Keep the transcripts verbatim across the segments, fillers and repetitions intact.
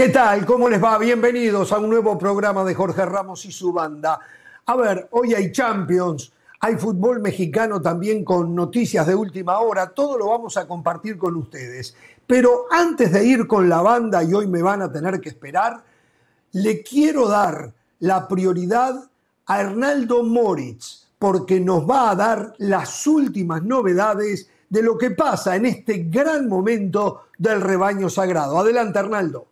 ¿Qué tal? ¿Cómo les va? Bienvenidos a un nuevo programa de Jorge Ramos y su banda. A ver, hoy hay Champions, hay fútbol mexicano también con noticias de última hora, todo lo vamos a compartir con ustedes. Pero antes de ir con la banda, y hoy me van a tener que esperar, le quiero dar la prioridad a Hernaldo Moritz, porque nos va a dar las últimas novedades de lo que pasa en este gran momento del rebaño sagrado. Adelante, Hernaldo.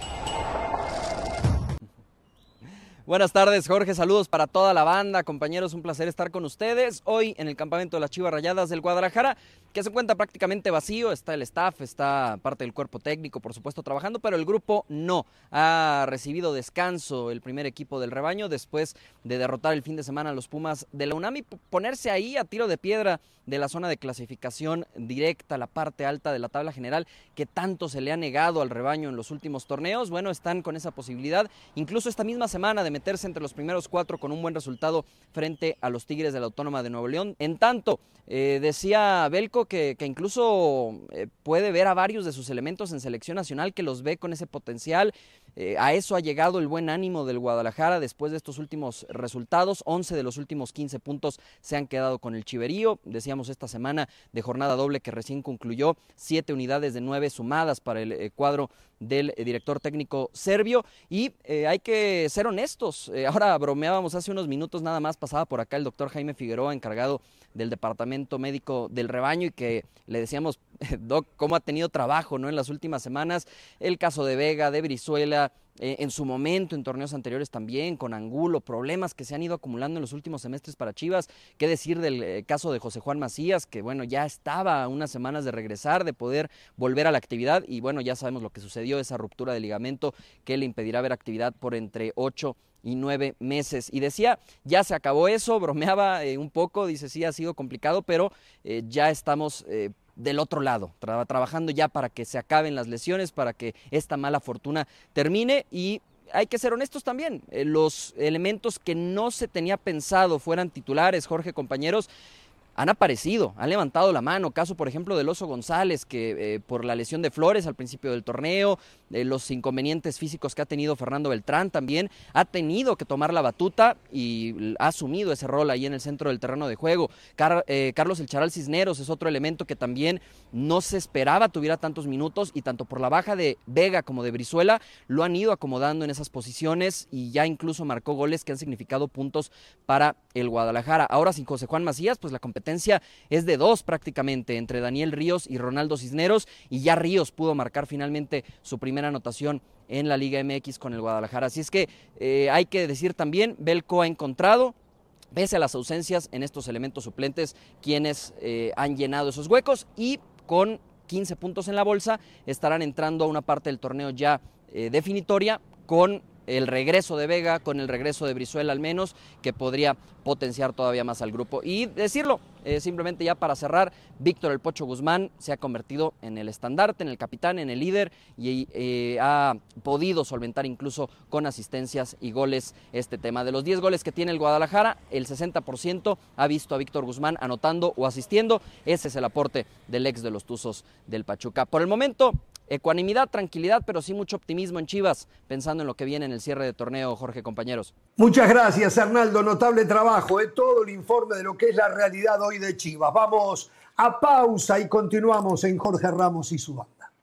Buenas tardes, Jorge, saludos para toda la banda, compañeros, un placer estar con ustedes hoy en el campamento de las Chivas Rayadas del Guadalajara, que se encuentra prácticamente vacío. Está el staff, está parte del cuerpo técnico, por supuesto, trabajando, pero el grupo no. Ha recibido descanso el primer equipo del rebaño después de derrotar el fin de semana a los Pumas de la UNAM y ponerse ahí a tiro de piedra de la zona de clasificación directa, la parte alta de la tabla general, que tanto se le ha negado al rebaño en los últimos torneos. Bueno, están con esa posibilidad, incluso esta misma semana, de meterse entre los primeros cuatro con un buen resultado frente a los Tigres de la Autónoma de Nuevo León. En tanto, eh, decía Belko que, que incluso eh, puede ver a varios de sus elementos en selección nacional, que los ve con ese potencial. Eh, a eso ha llegado el buen ánimo del Guadalajara después de estos últimos resultados. once de los últimos quince puntos se han quedado con el Chiverío. Decíamos esta semana de jornada doble que recién concluyó, siete unidades de nueve sumadas para el eh, cuadro del eh, director técnico serbio. Y eh, hay que ser honestos, eh, ahora bromeábamos hace unos minutos nada más, pasaba por acá el doctor Jaime Figueroa, encargado del departamento médico del rebaño, y que le decíamos, Doc, cómo ha tenido trabajo, ¿no?, en las últimas semanas, el caso de Vega, de Brizuela, eh, en su momento, en torneos anteriores también, con Angulo, problemas que se han ido acumulando en los últimos semestres para Chivas. Qué decir del eh, caso de José Juan Macías, que bueno, ya estaba a unas semanas de regresar, de poder volver a la actividad, y bueno, ya sabemos lo que sucedió, esa ruptura de ligamento que le impedirá ver actividad por entre ocho y nueve meses. Y decía, ya se acabó eso, bromeaba eh, un poco, dice, sí, ha sido complicado, pero eh, ya estamos eh, del otro lado, tra- trabajando ya para que se acaben las lesiones, para que esta mala fortuna termine. Y hay que ser honestos también, eh, los elementos que no se tenía pensado fueran titulares, Jorge, compañeros, han aparecido, han levantado la mano. Caso, por ejemplo, del Oso González, que eh, por la lesión de Flores al principio del torneo, eh, los inconvenientes físicos que ha tenido Fernando Beltrán también, ha tenido que tomar la batuta y ha asumido ese rol ahí en el centro del terreno de juego. Car eh, Carlos El Charal Cisneros es otro elemento que también no se esperaba tuviera tantos minutos, y tanto por la baja de Vega como de Brizuela lo han ido acomodando en esas posiciones, y ya incluso marcó goles que han significado puntos para el Guadalajara. Ahora sin José Juan Macías, pues la competencia es de dos prácticamente, entre Daniel Ríos y Ronaldo Cisneros, y ya Ríos pudo marcar finalmente su primera anotación en la Liga M X con el Guadalajara. Así es que eh, hay que decir también, Belko ha encontrado, pese a las ausencias, en estos elementos suplentes quienes eh, han llenado esos huecos, y con quince puntos en la bolsa estarán entrando a una parte del torneo ya eh, definitoria, con el regreso de Vega, con el regreso de Brizuela al menos, que podría potenciar todavía más al grupo. Y decirlo, eh, simplemente ya para cerrar, Víctor El Pocho Guzmán se ha convertido en el estandarte, en el capitán, en el líder, y eh, ha podido solventar incluso con asistencias y goles este tema. De los diez goles que tiene el Guadalajara, el sesenta por ciento ha visto a Víctor Guzmán anotando o asistiendo. Ese es el aporte del ex de los Tuzos del Pachuca. Por el momento, ecuanimidad, tranquilidad, pero sí mucho optimismo en Chivas, pensando en lo que viene en el cierre de torneo, Jorge, compañeros. Muchas gracias, Hernaldo. Notable trabajo, ¿eh? Todo el informe de lo que es la realidad hoy de Chivas. Vamos a pausa y continuamos en Jorge Ramos y su banda.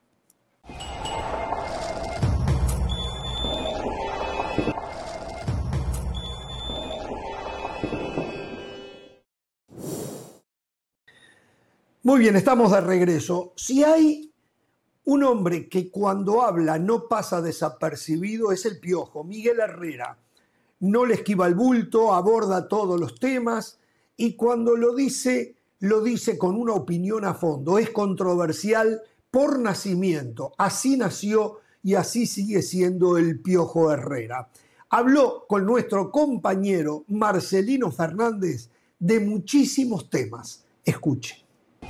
Muy bien, estamos de regreso. Si hay un hombre que cuando habla no pasa desapercibido, es el Piojo, Miguel Herrera. No le esquiva el bulto, aborda todos los temas, y cuando lo dice, lo dice con una opinión a fondo. Es controversial por nacimiento. Así nació y así sigue siendo el Piojo Herrera. Habló con nuestro compañero Marcelino Fernández de muchísimos temas. Escuche.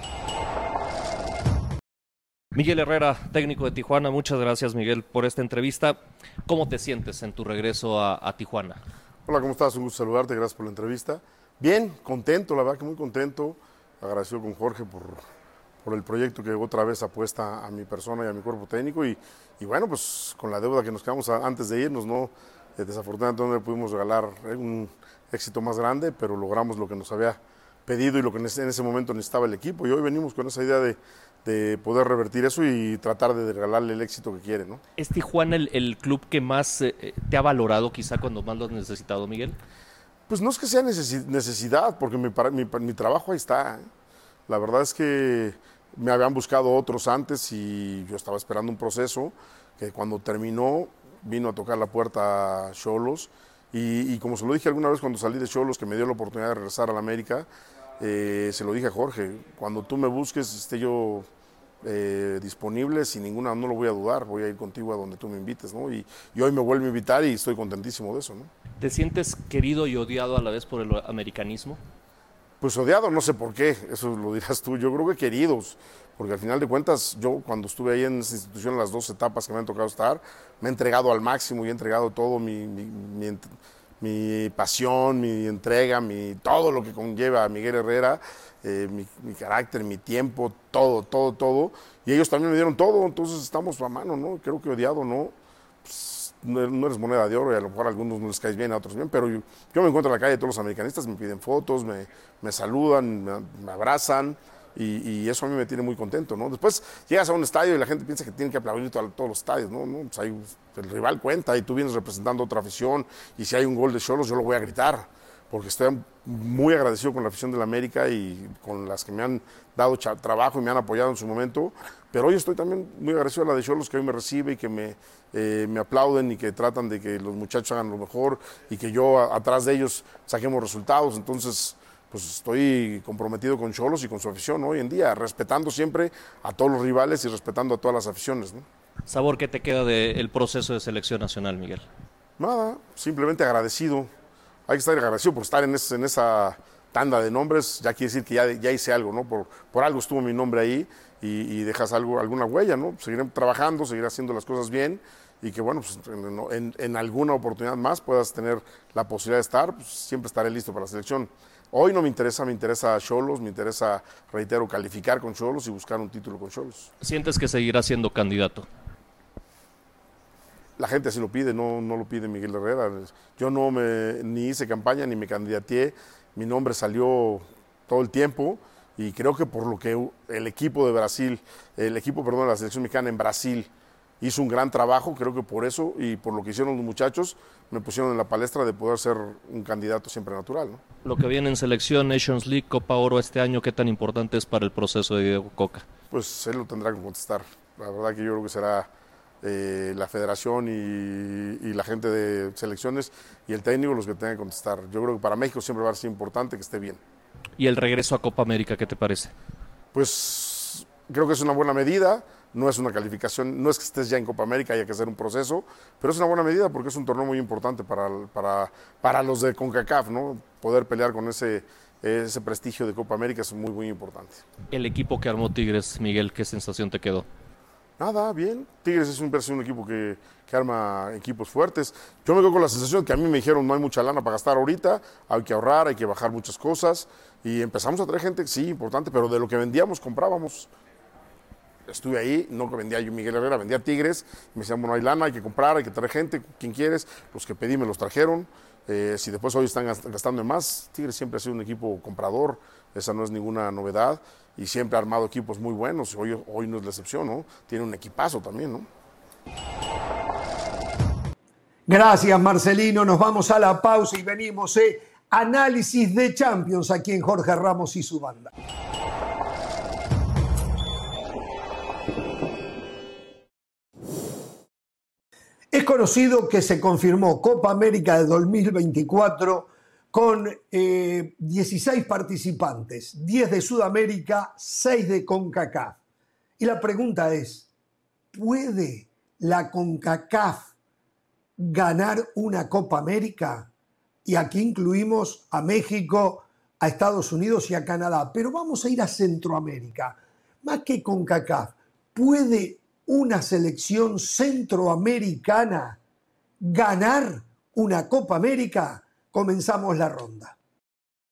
Miguel Herrera, técnico de Tijuana, muchas gracias, Miguel, por esta entrevista. ¿Cómo te sientes en tu regreso a, a Tijuana? Hola, ¿cómo estás? Un gusto saludarte, gracias por la entrevista. Bien, contento, la verdad que muy contento, agradecido con Jorge por, por el proyecto que otra vez apuesta a mi persona y a mi cuerpo técnico y, y bueno, pues con la deuda que nos quedamos a, antes de irnos, ¿no? Eh, desafortunadamente no le pudimos regalar un éxito más grande, pero logramos lo que nos había pedido y lo que en ese, en ese momento necesitaba el equipo y hoy venimos con esa idea de, de poder revertir eso y tratar de regalarle el éxito que quiere, ¿no? ¿Es Tijuana el, el club que más eh, te ha valorado quizá cuando más lo has necesitado, Miguel? Pues no es que sea necesidad, porque mi, mi, mi trabajo ahí está, ¿eh? La verdad es que me habían buscado otros antes y yo estaba esperando un proceso que cuando terminó vino a tocar la puerta a Xolos y, y como se lo dije alguna vez cuando salí de Xolos, que me dio la oportunidad de regresar a la América, eh, se lo dije a Jorge, cuando tú me busques esté yo eh, disponible, sin ninguna, no lo voy a dudar, voy a ir contigo a donde tú me invites, ¿no? Y, y hoy me vuelve a invitar y estoy contentísimo de eso, ¿no? ¿Te sientes querido y odiado a la vez por el americanismo? Pues odiado, no sé por qué, eso lo dirás tú, yo creo que queridos, porque al final de cuentas yo cuando estuve ahí en esa institución, las dos etapas que me han tocado estar, me he entregado al máximo y he entregado todo mi, mi, mi, mi pasión, mi entrega, mi, todo lo que conlleva a Miguel Herrera, eh, mi, mi carácter, mi tiempo, todo, todo, todo, y ellos también me dieron todo, entonces estamos a mano, ¿no? Creo que odiado, ¿no? Pues, no eres moneda de oro y a lo mejor a algunos no les caes bien, a otros bien, pero yo, yo me encuentro en la calle, todos los americanistas me piden fotos, me, me saludan, me, me abrazan y, y eso a mí me tiene muy contento, ¿no? Después llegas a un estadio y la gente piensa que tiene que aplaudir todo, todos los estadios, ¿no? ¿no? Pues hay, el rival cuenta y tú vienes representando otra afición y si hay un gol de Xolos yo lo voy a gritar porque estoy muy agradecido con la afición de la América y con las que me han dado trabajo y me han apoyado en su momento, pero hoy estoy también muy agradecido a la de Xolos que hoy me recibe y que me, eh, me aplauden y que tratan de que los muchachos hagan lo mejor y que yo a, atrás de ellos saquemos resultados, entonces pues estoy comprometido con Xolos y con su afición hoy en día, respetando siempre a todos los rivales y respetando a todas las aficiones, ¿no? ¿Sabor qué te queda del proceso de selección nacional, Miguel? Nada, simplemente agradecido. Hay que estar agradecido por estar en, ese, en esa tanda de nombres, ya quiere decir que ya, ya hice algo, ¿no? Por, por algo estuvo mi nombre ahí y, y dejas algo, alguna huella, ¿no? Seguiré trabajando, seguiré haciendo las cosas bien y que, bueno, pues en, en, en alguna oportunidad más puedas tener la posibilidad de estar, pues siempre estaré listo para la selección. Hoy no me interesa, me interesa Xolos, me interesa, reitero, calificar con Xolos y buscar un título con Xolos. ¿Sientes que seguirá siendo candidato? La gente así lo pide, no, no lo pide Miguel Herrera. Yo no me, ni hice campaña ni me candidateé, mi nombre salió todo el tiempo y creo que por lo que el equipo de Brasil, el equipo, perdón, de la selección mexicana en Brasil hizo un gran trabajo, creo que por eso y por lo que hicieron los muchachos, me pusieron en la palestra de poder ser un candidato siempre natural, ¿no? Lo que viene en selección, Nations League, Copa Oro este año, ¿qué tan importante es para el proceso de Diego Coca? Pues él lo tendrá que contestar. La verdad que yo creo que será eh, la federación y, y la gente de selecciones y el técnico los que tengan que contestar. Yo creo que para México siempre va a ser importante que esté bien. ¿Y el regreso a Copa América, qué te parece? Pues creo que es una buena medida. No es una calificación, no es que estés ya en Copa América, haya que hacer un proceso, pero es una buena medida porque es un torneo muy importante para, para, para los de CONCACAF, ¿no? Poder pelear con ese, ese prestigio de Copa América es muy, muy importante. El equipo que armó Tigres, Miguel, ¿qué sensación te quedó? Nada, bien. Tigres es un, es un equipo que, que arma equipos fuertes. Yo me quedo con la sensación que a mí me dijeron no hay mucha lana para gastar ahorita, hay que ahorrar, hay que bajar muchas cosas y empezamos a traer gente, sí, importante, pero de lo que vendíamos comprábamos. Estuve ahí, no que vendía yo Miguel Herrera, vendía Tigres, me decían, bueno, hay lana, hay que comprar, hay que traer gente, ¿quién quieres? Los que pedí me los trajeron, eh, si después hoy están gastando en más, Tigres siempre ha sido un equipo comprador, esa no es ninguna novedad, y siempre ha armado equipos muy buenos, hoy, hoy no es la excepción, ¿no? Tiene un equipazo también, ¿no? Gracias, Marcelino, nos vamos a la pausa y venimos, eh, análisis de Champions aquí en Jorge Ramos y su banda. Es conocido que se confirmó Copa América de dos mil veinticuatro con eh, dieciséis participantes, diez de Sudamérica, seis de CONCACAF. Y la pregunta es, ¿puede la CONCACAF ganar una Copa América? Y aquí incluimos a México, a Estados Unidos y a Canadá. Pero vamos a ir a Centroamérica. Más que CONCACAF, ¿puede una selección centroamericana ganar una Copa América? Comenzamos la ronda.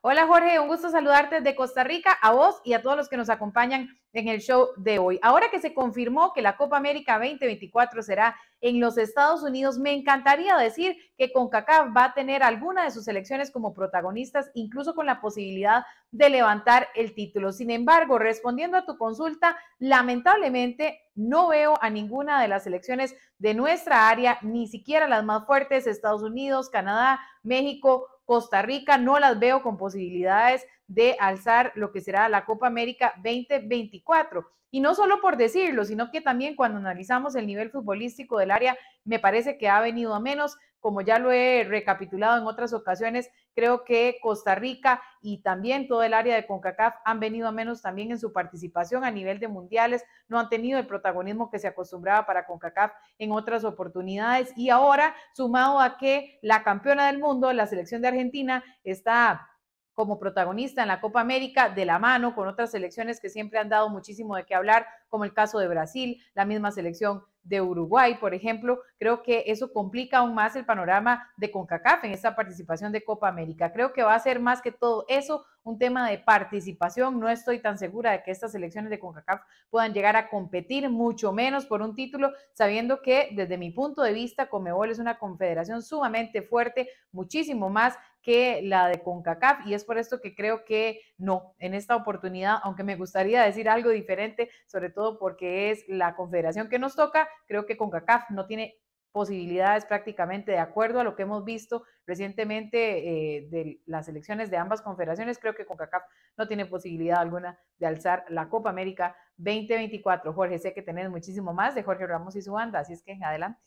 Hola Jorge, un gusto saludarte desde Costa Rica, a vos y a todos los que nos acompañan en el show de hoy. Ahora que se confirmó que la Copa América veinte veinticuatro será en los Estados Unidos, me encantaría decir que CONCACAF va a tener alguna de sus selecciones como protagonistas, incluso con la posibilidad de levantar el título. Sin embargo, respondiendo a tu consulta, lamentablemente no veo a ninguna de las selecciones de nuestra área, ni siquiera las más fuertes, Estados Unidos, Canadá, México, Costa Rica, no las veo con posibilidades de alzar lo que será la Copa América veinte veinticuatro. Y no solo por decirlo, sino que también cuando analizamos el nivel futbolístico del área, me parece que ha venido a menos. Como ya lo he recapitulado en otras ocasiones, creo que Costa Rica y también todo el área de CONCACAF han venido a menos también en su participación a nivel de mundiales, no han tenido el protagonismo que se acostumbraba para CONCACAF en otras oportunidades, y ahora, sumado a que la campeona del mundo, la selección de Argentina, está como protagonista en la Copa América de la mano con otras selecciones que siempre han dado muchísimo de qué hablar, como el caso de Brasil, la misma selección de Uruguay, por ejemplo. Creo que eso complica aún más el panorama de CONCACAF en esta participación de Copa América. Creo que va a ser más que todo eso un tema de participación. No estoy tan segura de que estas selecciones de CONCACAF puedan llegar a competir, mucho menos por un título, sabiendo que desde mi punto de vista Conmebol es una confederación sumamente fuerte, muchísimo más que la de CONCACAF, y es por esto que creo que no, en esta oportunidad, aunque me gustaría decir algo diferente, sobre todo porque es la confederación que nos toca, creo que CONCACAF no tiene posibilidades prácticamente, de acuerdo a lo que hemos visto recientemente eh, de las elecciones de ambas confederaciones. Creo que CONCACAF no tiene posibilidad alguna de alzar la Copa América veinte veinticuatro. Jorge, sé que tenés muchísimo más de Jorge Ramos y su banda, así es que adelante.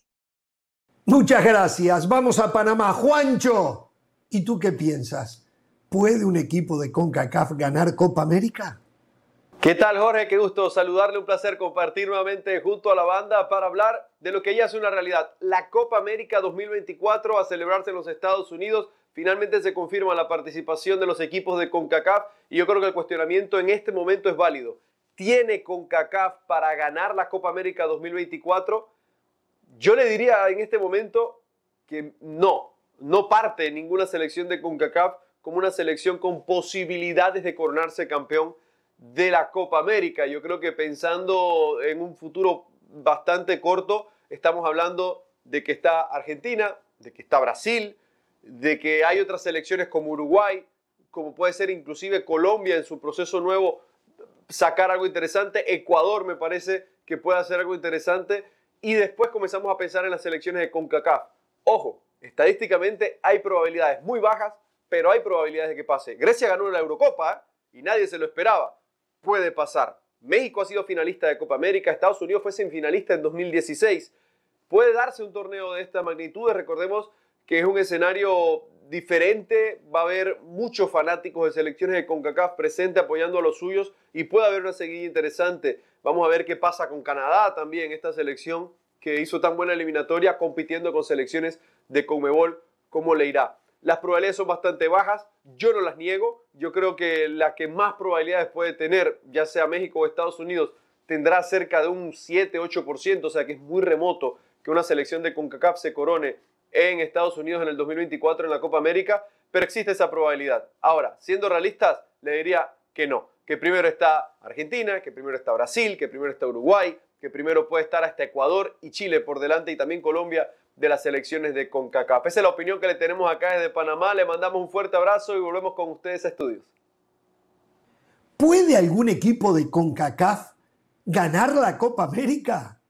Muchas gracias. Vamos a Panamá. Juancho, ¿y tú qué piensas? ¿Puede un equipo de CONCACAF ganar Copa América? ¿Qué tal, Jorge? Qué gusto saludarle, un placer compartir nuevamente junto a la banda para hablar de lo que ya es una realidad. La Copa América dos mil veinticuatro a celebrarse en los Estados Unidos. Finalmente se confirma la participación de los equipos de CONCACAF y yo creo que el cuestionamiento en este momento es válido. ¿Tiene CONCACAF para ganar la Copa América dos mil veinticuatro? Yo le diría en este momento que no, no parte ninguna selección de CONCACAF como una selección con posibilidades de coronarse campeón de la Copa América. Yo creo que pensando en un futuro bastante corto, estamos hablando de que está Argentina, de que está Brasil, de que hay otras selecciones como Uruguay, como puede ser inclusive Colombia en su proceso nuevo, sacar algo interesante. Ecuador me parece que puede hacer algo interesante, y después comenzamos a pensar en las selecciones de CONCACAF. Ojo, estadísticamente hay probabilidades muy bajas, pero hay probabilidades de que pase. Grecia ganó la Eurocopa, ¿eh? Y nadie se lo esperaba. Puede pasar. México ha sido finalista de Copa América, Estados Unidos fue semifinalista en dos mil dieciséis. Puede darse un torneo de esta magnitud. Recordemos que es un escenario diferente, va a haber muchos fanáticos de selecciones de CONCACAF presentes apoyando a los suyos y puede haber una seguida interesante. Vamos a ver qué pasa con Canadá también, esta selección que hizo tan buena eliminatoria compitiendo con selecciones de Conmebol, ¿cómo le irá? Las probabilidades son bastante bajas, yo no las niego. Yo creo que la que más probabilidades puede tener, ya sea México o Estados Unidos, tendrá cerca de un siete ocho por ciento, o sea que es muy remoto que una selección de CONCACAF se corone en Estados Unidos en el dos mil veinticuatro en la Copa América, pero existe esa probabilidad. Ahora, siendo realistas, le diría que no, que primero está Argentina, que primero está Brasil, que primero está Uruguay, que primero puede estar hasta Ecuador y Chile por delante, y también Colombia, de las selecciones de CONCACAF. Esa es la opinión que le tenemos acá desde Panamá. Le mandamos un fuerte abrazo y volvemos con ustedes a estudios. ¿Puede algún equipo de CONCACAF ganar la Copa América?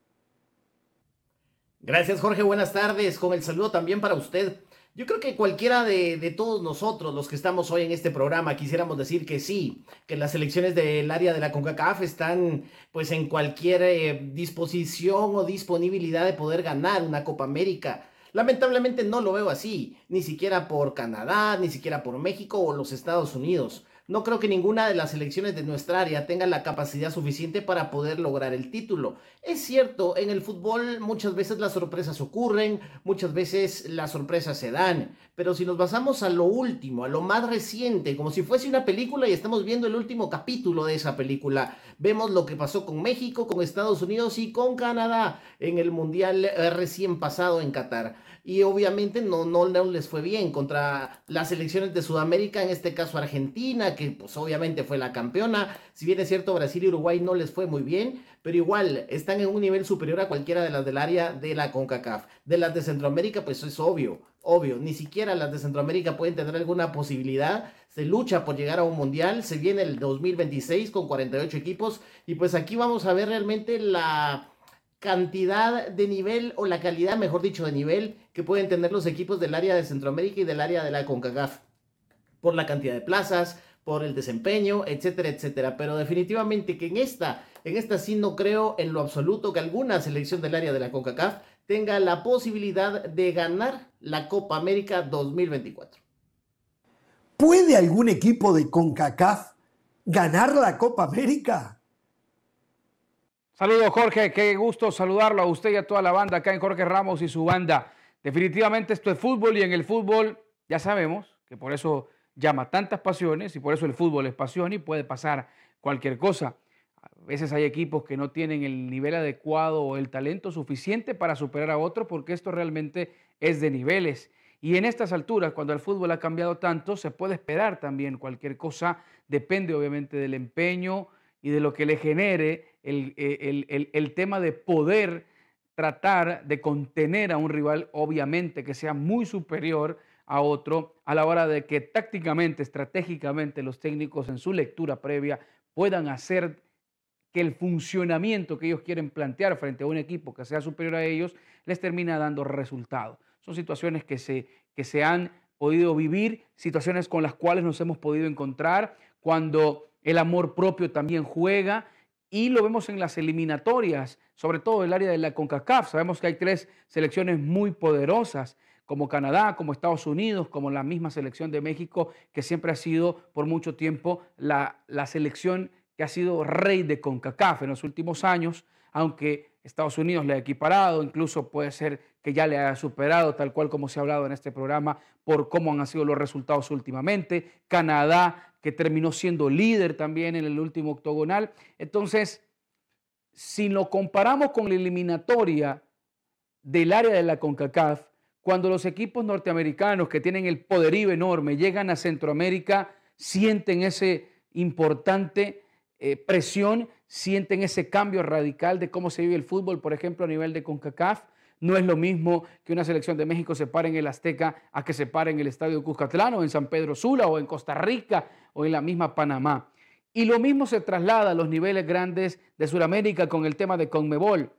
Gracias, Jorge. Buenas tardes. Con el saludo también para usted. Yo creo que cualquiera de, de todos nosotros, los que estamos hoy en este programa, quisiéramos decir que sí, que las selecciones del área de la CONCACAF están pues en cualquier eh, disposición o disponibilidad de poder ganar una Copa América. Lamentablemente no lo veo así, ni siquiera por Canadá, ni siquiera por México o los Estados Unidos. No creo que ninguna de las selecciones de nuestra área tenga la capacidad suficiente para poder lograr el título. Es cierto, en el fútbol muchas veces las sorpresas ocurren, muchas veces las sorpresas se dan, pero si nos basamos a lo último, a lo más reciente, como si fuese una película y estamos viendo el último capítulo de esa película, vemos lo que pasó con México, con Estados Unidos y con Canadá en el Mundial eh, recién pasado en Qatar. Y obviamente no, no, no les fue bien contra las selecciones de Sudamérica, en este caso Argentina, que pues obviamente fue la campeona. Si bien es cierto, Brasil y Uruguay no les fue muy bien, pero igual están en un nivel superior a cualquiera de las del área de la CONCACAF. De las de Centroamérica, pues es obvio, obvio, ni siquiera las de Centroamérica pueden tener alguna posibilidad. Se lucha por llegar a un mundial, se viene el dos mil veintiséis con cuarenta y ocho equipos, y pues aquí vamos a ver realmente la cantidad de nivel, o la calidad, mejor dicho, de nivel que pueden tener los equipos del área de Centroamérica y del área de la CONCACAF, por la cantidad de plazas, por el desempeño, etcétera, etcétera. Pero definitivamente que en esta, en esta sí no creo en lo absoluto que alguna selección del área de la CONCACAF tenga la posibilidad de ganar la Copa América dos mil veinticuatro. ¿Puede algún equipo de CONCACAF ganar la Copa América? Saludos, Jorge, qué gusto saludarlo a usted y a toda la banda acá en Jorge Ramos y su banda. Definitivamente esto es fútbol, y en el fútbol ya sabemos que por eso llama tantas pasiones, y por eso el fútbol es pasión y puede pasar cualquier cosa. A veces hay equipos que no tienen el nivel adecuado o el talento suficiente para superar a otros, porque esto realmente es de niveles. Y en estas alturas, cuando el fútbol ha cambiado tanto, se puede esperar también cualquier cosa. Depende obviamente del empeño y de lo que le genere el, el, el, el tema de poder tratar de contener a un rival, obviamente que sea muy superior a otro, a la hora de que tácticamente, estratégicamente, los técnicos en su lectura previa puedan hacer que el funcionamiento que ellos quieren plantear frente a un equipo que sea superior a ellos les termina dando resultados. Son situaciones que se, que se han podido vivir, situaciones con las cuales nos hemos podido encontrar cuando el amor propio también juega, y lo vemos en las eliminatorias, sobre todo el área de la CONCACAF. Sabemos que hay tres selecciones muy poderosas, como Canadá, como Estados Unidos, como la misma selección de México, que siempre ha sido por mucho tiempo la, la selección que ha sido rey de CONCACAF en los últimos años, aunque Estados Unidos le ha equiparado, incluso puede ser que ya le haya superado, tal cual como se ha hablado en este programa, por cómo han sido los resultados últimamente. Canadá, que terminó siendo líder también en el último octogonal. Entonces, si lo comparamos con la eliminatoria del área de la CONCACAF, cuando los equipos norteamericanos que tienen el poderío enorme llegan a Centroamérica, sienten ese importante eh, presión, sienten ese cambio radical de cómo se vive el fútbol, por ejemplo, a nivel de CONCACAF. No es lo mismo que una selección de México se pare en el Azteca a que se pare en el Estadio Cuscatlán, o en San Pedro Sula, o en Costa Rica, o en la misma Panamá. Y lo mismo se traslada a los niveles grandes de Sudamérica con el tema de CONMEBOL.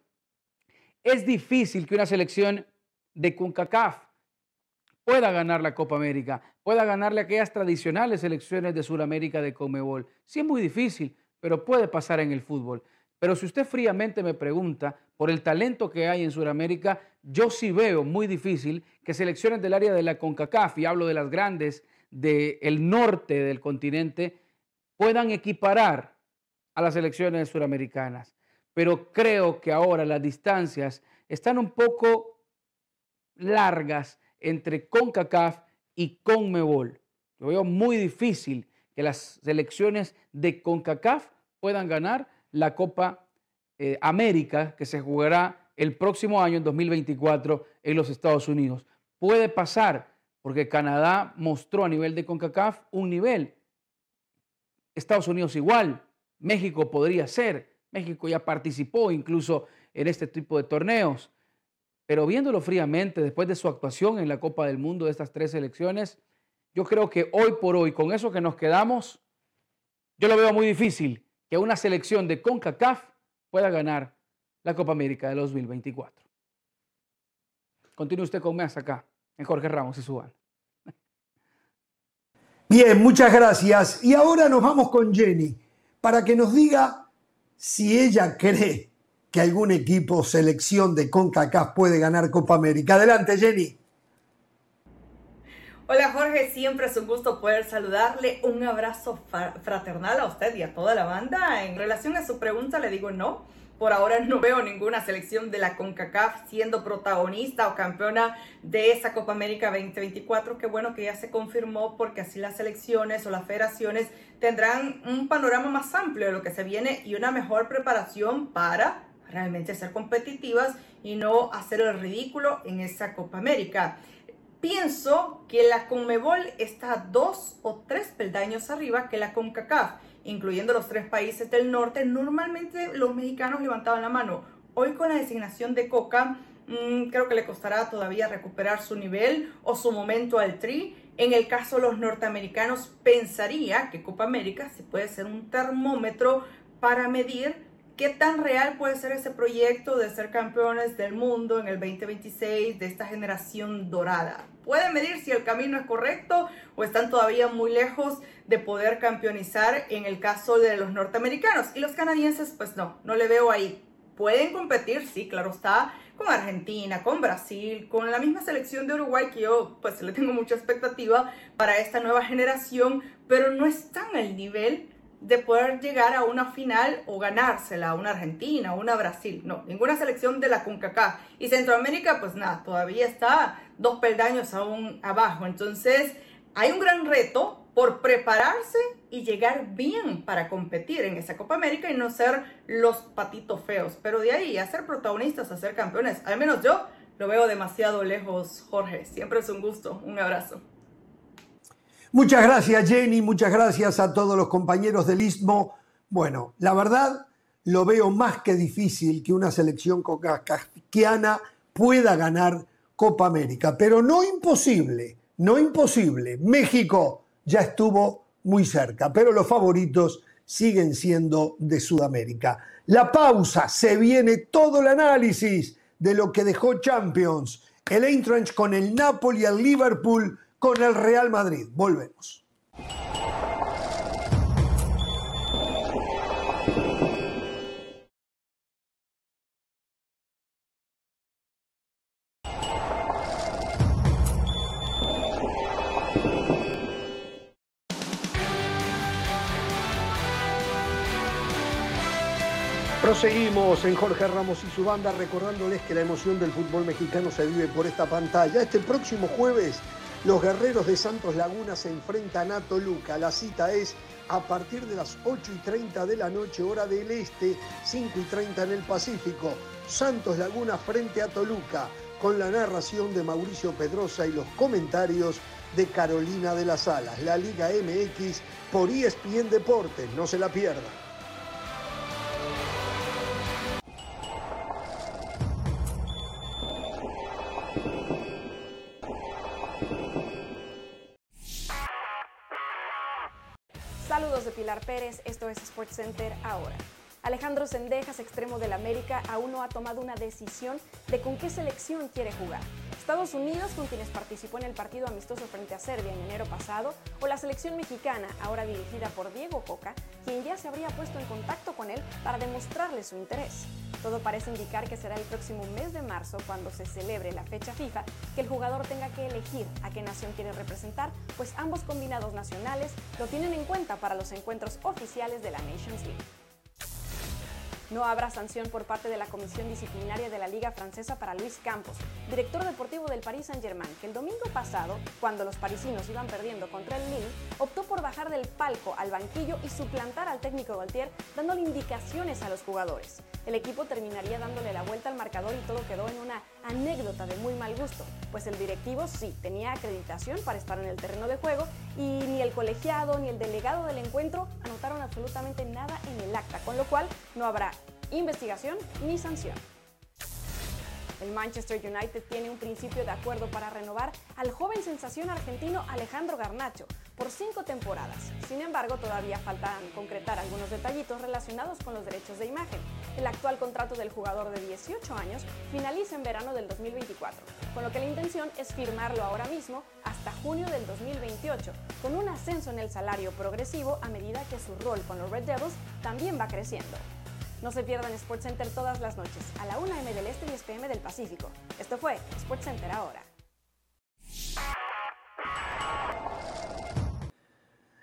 Es difícil que una selección de CONCACAF pueda ganar la Copa América, pueda ganarle a aquellas tradicionales selecciones de Sudamérica de CONMEBOL. Sí, es muy difícil, pero puede pasar en el fútbol. Pero si usted fríamente me pregunta por el talento que hay en Sudamérica, yo sí veo muy difícil que selecciones del área de la CONCACAF, y hablo de las grandes del norte del continente, puedan equiparar a las selecciones sudamericanas. Pero creo que ahora las distancias están un poco largas entre CONCACAF y CONMEBOL. Yo veo muy difícil que las selecciones de CONCACAF puedan ganar la Copa eh, América, que se jugará el próximo año, en dos mil veinticuatro, en los Estados Unidos. Puede pasar, porque Canadá mostró a nivel de CONCACAF un nivel. Estados Unidos igual. México podría ser. México ya participó incluso en este tipo de torneos. Pero viéndolo fríamente, después de su actuación en la Copa del Mundo de estas tres selecciones, yo creo que hoy por hoy, con eso que nos quedamos, yo lo veo muy difícil que una selección de CONCACAF pueda ganar la Copa América de dos mil veinticuatro. Continúe usted con más acá, en Jorge Ramos y su banda. Bien, muchas gracias. Y ahora nos vamos con Jenny para que nos diga si ella cree que algún equipo o selección de CONCACAF puede ganar Copa América. Adelante, Jenny. Hola Jorge, siempre es un gusto poder saludarle. Un abrazo fraternal a usted y a toda la banda. En relación a su pregunta le digo no. Por ahora no veo ninguna selección de la CONCACAF siendo protagonista o campeona de esa Copa América veinte veinticuatro. Qué bueno que ya se confirmó, porque así las selecciones o las federaciones tendrán un panorama más amplio de lo que se viene y una mejor preparación para realmente ser competitivas y no hacer el ridículo en esa Copa América. Pienso que la CONMEBOL está dos o tres peldaños arriba que la CONCACAF, incluyendo los tres países del norte. Normalmente los mexicanos levantaban la mano. Hoy con la designación de Coca, mmm, creo que le costará todavía recuperar su nivel o su momento al Tri. En el caso de los norteamericanos, pensaría que Copa América se puede ser un termómetro para medir qué tan real puede ser ese proyecto de ser campeones del mundo en el veinte veintiséis de esta generación dorada. Puede medir si el camino es correcto o están todavía muy lejos de poder campeonizar en el caso de los norteamericanos. Y los canadienses, pues no, no le veo ahí. Pueden competir, sí, claro está, con Argentina, con Brasil, con la misma selección de Uruguay, que yo pues le tengo mucha expectativa para esta nueva generación, pero no están al nivel de poder llegar a una final o ganársela a una Argentina o una Brasil. No, ninguna selección de la CONCACAF. Y Centroamérica, pues nada, todavía está dos peldaños aún abajo. Entonces, hay un gran reto por prepararse y llegar bien para competir en esa Copa América y no ser los patitos feos. Pero de ahí a ser protagonistas, a ser campeones, al menos yo lo veo demasiado lejos, Jorge. Siempre es un gusto. Un abrazo. Muchas gracias, Jenny, muchas gracias a todos los compañeros del Istmo. Bueno, la verdad, lo veo más que difícil que una selección concacafquiana pueda ganar Copa América, pero no imposible, no imposible. México ya estuvo muy cerca, pero los favoritos siguen siendo de Sudamérica. La pausa, se viene todo el análisis de lo que dejó Champions, el Eintracht con el Napoli, el Liverpool con el Real Madrid. Volvemos. Proseguimos en Jorge Ramos y su banda, recordándoles que la emoción del fútbol mexicano se vive por esta pantalla. Este próximo jueves, los guerreros de Santos Laguna se enfrentan a Toluca. La cita es a partir de las ocho y treinta de la noche, hora del este, cinco y treinta en el Pacífico. Santos Laguna frente a Toluca, con la narración de Mauricio Pedrosa y los comentarios de Carolina de las Alas. La Liga M X por E S P N Deportes, no se la pierdan. Saludos de Pilar Pérez, esto es SportsCenter ahora. Alejandro Zendejas, extremo del América, aún no ha tomado una decisión de con qué selección quiere jugar. Estados Unidos, con quienes participó en el partido amistoso frente a Serbia en enero pasado, o la selección mexicana, ahora dirigida por Diego Coca, quien ya se habría puesto en contacto con él para demostrarle su interés. Todo parece indicar que será el próximo mes de marzo, cuando se celebre la fecha FIFA, que el jugador tenga que elegir a qué nación quiere representar, pues ambos combinados nacionales lo tienen en cuenta para los encuentros oficiales de la Nations League. No habrá sanción por parte de la Comisión Disciplinaria de la Liga Francesa para Luis Campos, director deportivo del Paris Saint-Germain, que el domingo pasado, cuando los parisinos iban perdiendo contra el Lille, optó por bajar del palco al banquillo y suplantar al técnico Galtier, dándole indicaciones a los jugadores. El equipo terminaría dándole la vuelta al marcador y todo quedó en una anécdota de muy mal gusto, pues el directivo sí tenía acreditación para estar en el terreno de juego y ni el colegiado ni el delegado del encuentro anotaron absolutamente nada en el acta, con lo cual no habrá investigación ni sanción. El Manchester United tiene un principio de acuerdo para renovar al joven sensación argentino Alejandro Garnacho por cinco temporadas. Sin embargo, todavía faltan concretar algunos detallitos relacionados con los derechos de imagen. El actual contrato del jugador de dieciocho años finaliza en verano del dos mil veinticuatro, con lo que la intención es firmarlo ahora mismo hasta junio del dos mil veintiocho, con un ascenso en el salario progresivo a medida que su rol con los Red Devils también va creciendo. No se pierdan SportsCenter todas las noches, a la una eme del Este y diez pe eme del Pacífico. Esto fue SportsCenter ahora.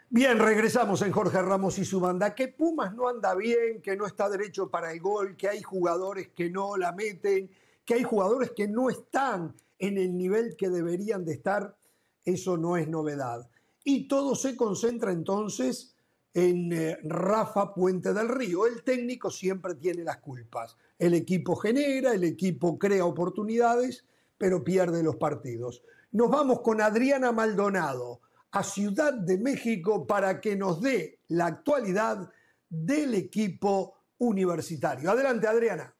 Bien, regresamos en Jorge Ramos y su banda. Que Pumas no anda bien, que no está derecho para el gol, que hay jugadores que no la meten, que hay jugadores que no están en el nivel que deberían de estar, eso no es novedad. Y todo se concentra entonces en eh, Rafa Puente del Río. El técnico siempre tiene las culpas. El equipo genera, el equipo crea oportunidades, pero pierde los partidos. Nos vamos con Adriana Maldonado a Ciudad de México para que nos dé la actualidad del equipo universitario. Adelante, Adriana.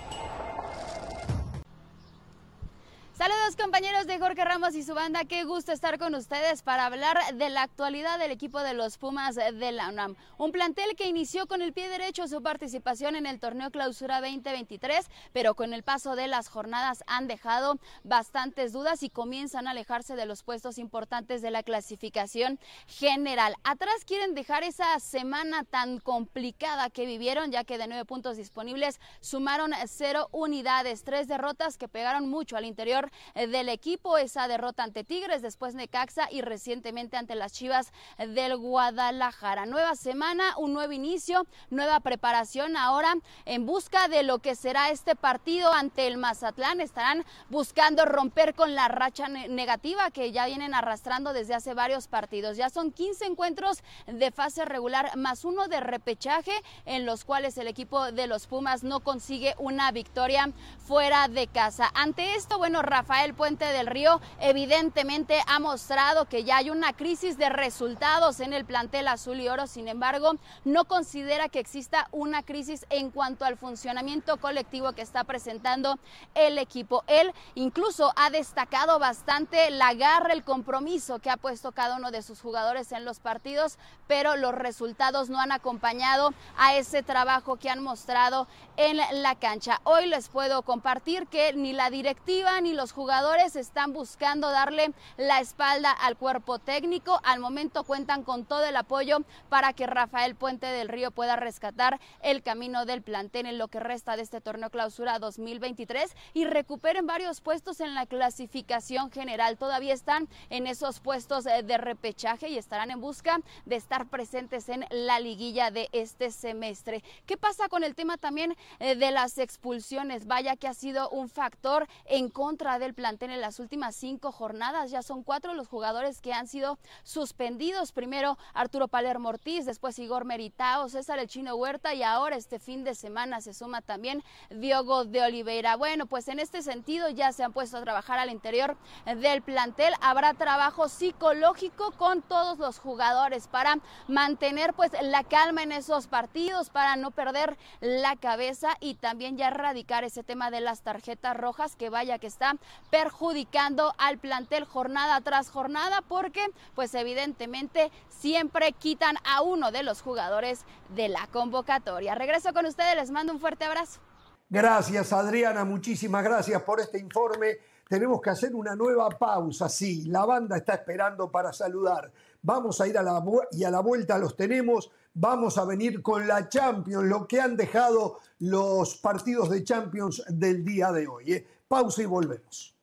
Saludos compañeros de Jorge Ramos y su banda, qué gusto estar con ustedes para hablar de la actualidad del equipo de los Pumas de la UNAM. Un plantel que inició con el pie derecho su participación en el torneo Clausura veinte veintitrés, pero con el paso de las jornadas han dejado bastantes dudas y comienzan a alejarse de los puestos importantes de la clasificación general. Atrás quieren dejar esa semana tan complicada que vivieron, ya que de nueve puntos disponibles sumaron cero unidades, tres derrotas que pegaron mucho al interior del equipo, esa derrota ante Tigres, después Necaxa y recientemente ante las Chivas del Guadalajara. Nueva semana, un nuevo inicio, nueva preparación ahora en busca de lo que será este partido ante el Mazatlán. Estarán buscando romper con la racha negativa que ya vienen arrastrando desde hace varios partidos. Ya son quince encuentros de fase regular más uno de repechaje en los cuales el equipo de los Pumas no consigue una victoria fuera de casa. Ante esto, bueno, Rafael Puente del Río evidentemente ha mostrado que ya hay una crisis de resultados en el plantel azul y oro. Sin embargo, no considera que exista una crisis en cuanto al funcionamiento colectivo que está presentando el equipo. Él incluso ha destacado bastante la garra, el compromiso que ha puesto cada uno de sus jugadores en los partidos, pero los resultados no han acompañado a ese trabajo que han mostrado en la cancha. Hoy les puedo compartir que ni la directiva ni los jugadores están buscando darle la espalda al cuerpo técnico. Al momento cuentan con todo el apoyo para que Rafael Puente del Río pueda rescatar el camino del plantel en lo que resta de este torneo Clausura dos mil veintitrés y recuperen varios puestos en la clasificación general. Todavía están en esos puestos de repechaje y estarán en busca de estar presentes en la liguilla de este semestre. ¿Qué pasa con el tema también de las expulsiones? Vaya que ha sido un factor en contra del plantel en las últimas cinco jornadas. Ya son cuatro los jugadores que han sido suspendidos. Primero Arturo Palermo Ortiz, después Igor Meritao, César el Chino Huerta y ahora este fin de semana se suma también Diogo de Oliveira. Bueno, pues en este sentido ya se han puesto a trabajar al interior del plantel. Habrá trabajo psicológico con todos los jugadores para mantener pues la calma en esos partidos, para no perder la cabeza y también ya erradicar ese tema de las tarjetas rojas que vaya que está perjudicando al plantel jornada tras jornada, porque pues evidentemente siempre quitan a uno de los jugadores de la convocatoria. Regreso con ustedes, les mando un fuerte abrazo. Gracias, Adriana, muchísimas gracias por este informe. Tenemos que hacer una nueva pausa, sí, la banda está esperando para saludar. Vamos a ir a la, y a la vuelta los tenemos. Vamos a venir con la Champions, lo que han dejado los partidos de Champions del día de hoy. ¿eh? Pausa y volvemos.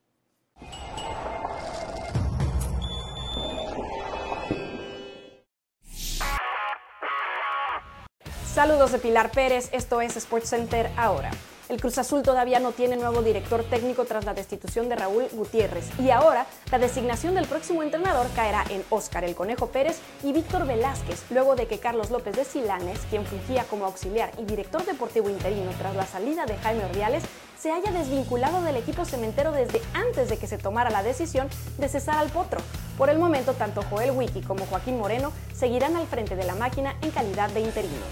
Saludos de Pilar Pérez, esto es SportsCenter ahora. El Cruz Azul todavía no tiene nuevo director técnico tras la destitución de Raúl Gutiérrez y ahora la designación del próximo entrenador caerá en Óscar El Conejo Pérez y Víctor Velázquez, luego de que Carlos López de Silanes, quien fungía como auxiliar y director deportivo interino tras la salida de Jaime Ordiales, se haya desvinculado del equipo cementero desde antes de que se tomara la decisión de cesar al Potro. Por el momento, tanto Joel Wiki como Joaquín Moreno seguirán al frente de la máquina en calidad de interinos.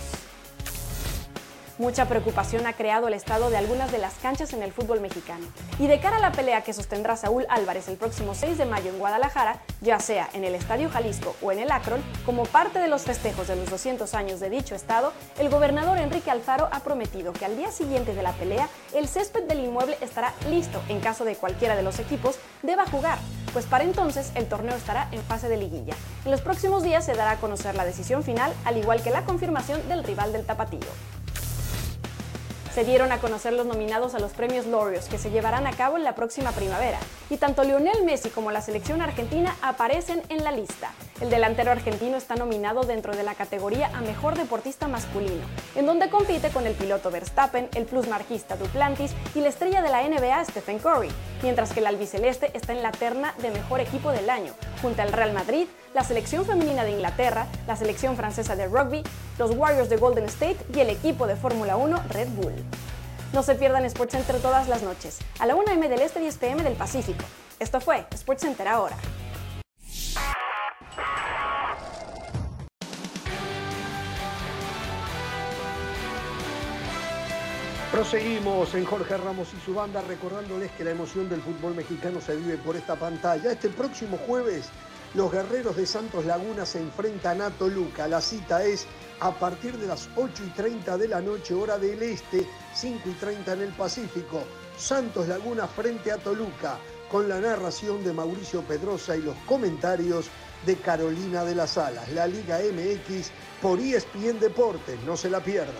Mucha preocupación ha creado el estado de algunas de las canchas en el fútbol mexicano. Y de cara a la pelea que sostendrá Saúl Álvarez el próximo seis de mayo en Guadalajara, ya sea en el Estadio Jalisco o en el Akron, como parte de los festejos de los doscientos años de dicho estado, el gobernador Enrique Alfaro ha prometido que al día siguiente de la pelea, el césped del inmueble estará listo en caso de cualquiera de los equipos deba jugar, pues para entonces el torneo estará en fase de liguilla. En los próximos días se dará a conocer la decisión final, al igual que la confirmación del rival del Tapatío. Se dieron a conocer los nominados a los premios Laureus que se llevarán a cabo en la próxima primavera, y tanto Lionel Messi como la selección argentina aparecen en la lista. El delantero argentino está nominado dentro de la categoría a Mejor Deportista Masculino, en donde compite con el piloto Verstappen, el plusmarquista Duplantis y la estrella de la N B A Stephen Curry, mientras que el albiceleste está en la terna de Mejor Equipo del Año, junto al Real Madrid, la selección femenina de Inglaterra, la selección francesa de rugby, los Warriors de Golden State y el equipo de Fórmula uno Red Bull. No se pierdan SportsCenter todas las noches, a la una eme del Este, diez pe eme del Pacífico. Esto fue SportsCenter ahora. Proseguimos en Jorge Ramos y su banda, recordándoles que la emoción del fútbol mexicano se vive por esta pantalla. Este próximo jueves, los guerreros de Santos Laguna se enfrentan a Toluca. La cita es a partir de las ocho y treinta de la noche, hora del Este, cinco y treinta en el Pacífico. Santos Laguna frente a Toluca, con la narración de Mauricio Pedrosa y los comentarios de Carolina de las Alas. La Liga eme equis por E S P N Deportes, no se la pierdan.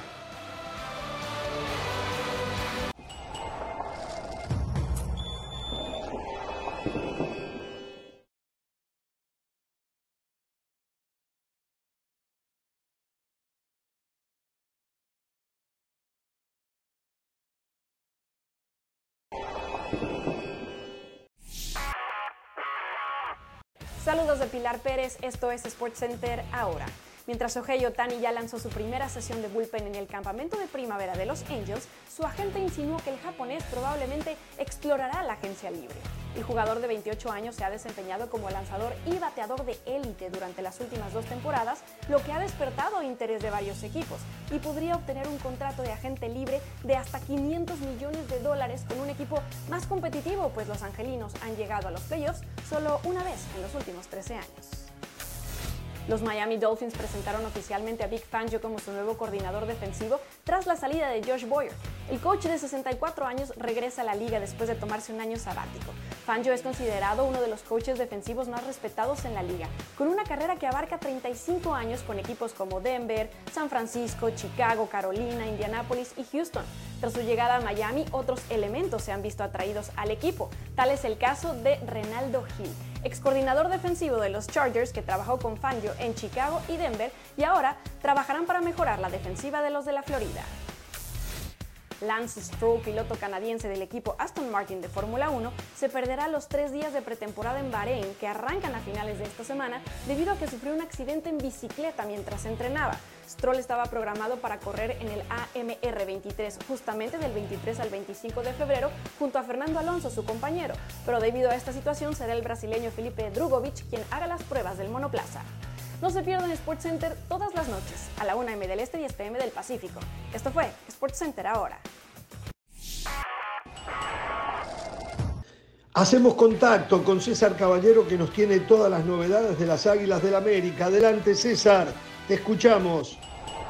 Saludos de Pilar Pérez, esto es SportsCenter ahora. Mientras Shohei Ohtani ya lanzó su primera sesión de bullpen en el campamento de primavera de los Angels, su agente insinuó que el japonés probablemente explorará la agencia libre. El jugador de veintiocho años se ha desempeñado como lanzador y bateador de élite durante las últimas dos temporadas, lo que ha despertado interés de varios equipos, y podría obtener un contrato de agente libre de hasta quinientos millones de dólares con un equipo más competitivo, pues los angelinos han llegado a los playoffs solo una vez en los últimos trece años. Los Miami Dolphins presentaron oficialmente a Vic Fangio como su nuevo coordinador defensivo tras la salida de Josh Boyer. El coach de sesenta y cuatro años regresa a la liga después de tomarse un año sabático. Fangio es considerado uno de los coaches defensivos más respetados en la liga, con una carrera que abarca treinta y cinco años con equipos como Denver, San Francisco, Chicago, Carolina, Indianápolis y Houston. Tras su llegada a Miami, otros elementos se han visto atraídos al equipo. Tal es el caso de Renaldo Hill, ex coordinador defensivo de los Chargers, que trabajó con Fangio en Chicago y Denver, y ahora trabajarán para mejorar la defensiva de los de la Florida. Lance Stroll, piloto canadiense del equipo Aston Martin de Fórmula uno, se perderá los tres días de pretemporada en Bahrein, que arrancan a finales de esta semana, debido a que sufrió un accidente en bicicleta mientras entrenaba. Stroll estaba programado para correr en el A M R veintitrés, justamente del veintitrés al veinticinco de febrero, junto a Fernando Alonso, su compañero, pero debido a esta situación será el brasileño Felipe Drugovich quien haga las pruebas del monoplaza. No se pierdan SportsCenter todas las noches, a la una eme del Este, diez pe eme del Pacífico. Esto fue SportsCenter ahora. Hacemos contacto con César Caballero, que nos tiene todas las novedades de las Águilas del América. Adelante, César, te escuchamos.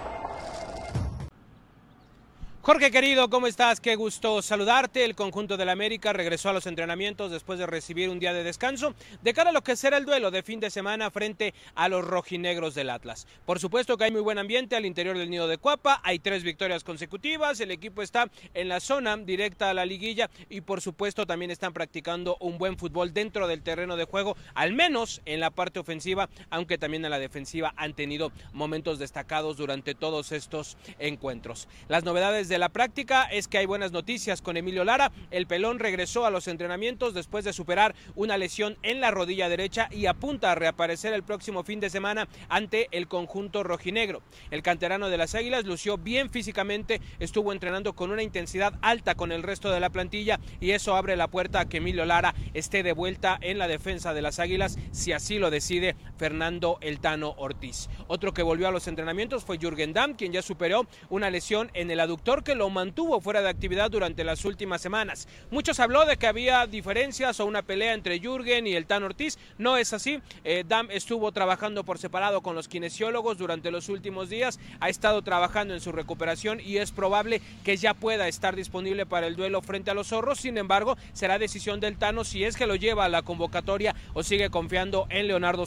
Jorge querido, ¿cómo estás? Qué gusto saludarte. El conjunto del América regresó a los entrenamientos después de recibir un día de descanso de cara a lo que será el duelo de fin de semana frente a los rojinegros del Atlas. Por supuesto que hay muy buen ambiente al interior del nido de Cuapa, hay tres victorias consecutivas, el equipo está en la zona directa a la liguilla y por supuesto también están practicando un buen fútbol dentro del terreno de juego, al menos en la parte ofensiva, aunque también en la defensiva han tenido momentos destacados durante todos estos encuentros. Las novedades de la práctica es que hay buenas noticias con Emilio Lara. El pelón regresó a los entrenamientos después de superar una lesión en la rodilla derecha y apunta a reaparecer el próximo fin de semana ante el conjunto rojinegro. El canterano de las Águilas lució bien físicamente, estuvo entrenando con una intensidad alta con el resto de la plantilla y eso abre la puerta a que Emilio Lara esté de vuelta en la defensa de las Águilas si así lo decide Fernando El Tano Ortiz. Otro que volvió a los entrenamientos fue Jürgen Damm, quien ya superó una lesión en el aductor que lo mantuvo fuera de actividad durante las últimas semanas. Muchos habló de que había diferencias o una pelea entre Jürgen y el Tano Ortiz. No es así. Eh, Damm estuvo trabajando por separado con los kinesiólogos durante los últimos días, ha estado trabajando en su recuperación y es probable que ya pueda estar disponible para el duelo frente a los zorros. Sin embargo, será decisión del Tano si es que lo lleva a la convocatoria o sigue confiando en Leonardo Suárez y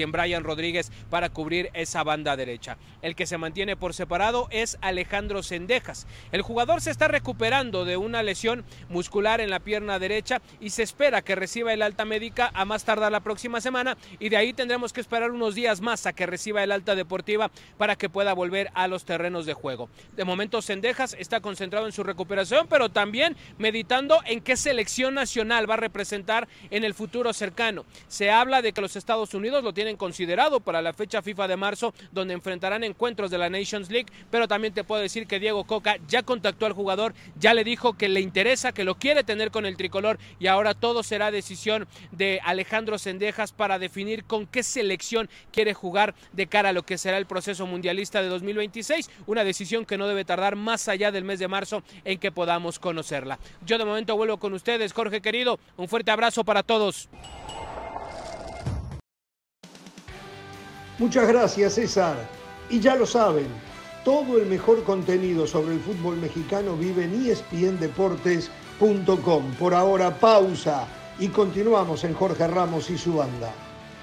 y en Brian Rodríguez para cubrir esa banda derecha. El que se mantiene por separado es Alejandro Zendejas. El jugador se está recuperando de una lesión muscular en la pierna derecha y se espera que reciba el alta médica a más tardar la próxima semana, y de ahí tendremos que esperar unos días más a que reciba el alta deportiva para que pueda volver a los terrenos de juego. De momento Zendejas está concentrado en su recuperación, pero también meditando en qué selección nacional va a representar en el futuro cercano. Se habla de que los Estados Unidos lo tienen considerado para la fecha FIFA de marzo, donde enfrentarán encuentros de la Nations League, pero también te puedo decir que Diego Coca ya contactó al jugador, ya le dijo que le interesa, que lo quiere tener con el tricolor, y ahora todo será decisión de Alejandro Zendejas para definir con qué selección quiere jugar de cara a lo que será el proceso mundialista de dos mil veintiséis, una decisión que no debe tardar más allá del mes de marzo en que podamos conocerla. Yo de momento vuelvo con ustedes, Jorge querido, un fuerte abrazo para todos. Muchas gracias, César. Y ya lo saben, todo el mejor contenido sobre el fútbol mexicano vive en E S P N Deportes punto com. Por ahora, pausa y continuamos en Jorge Ramos y su banda.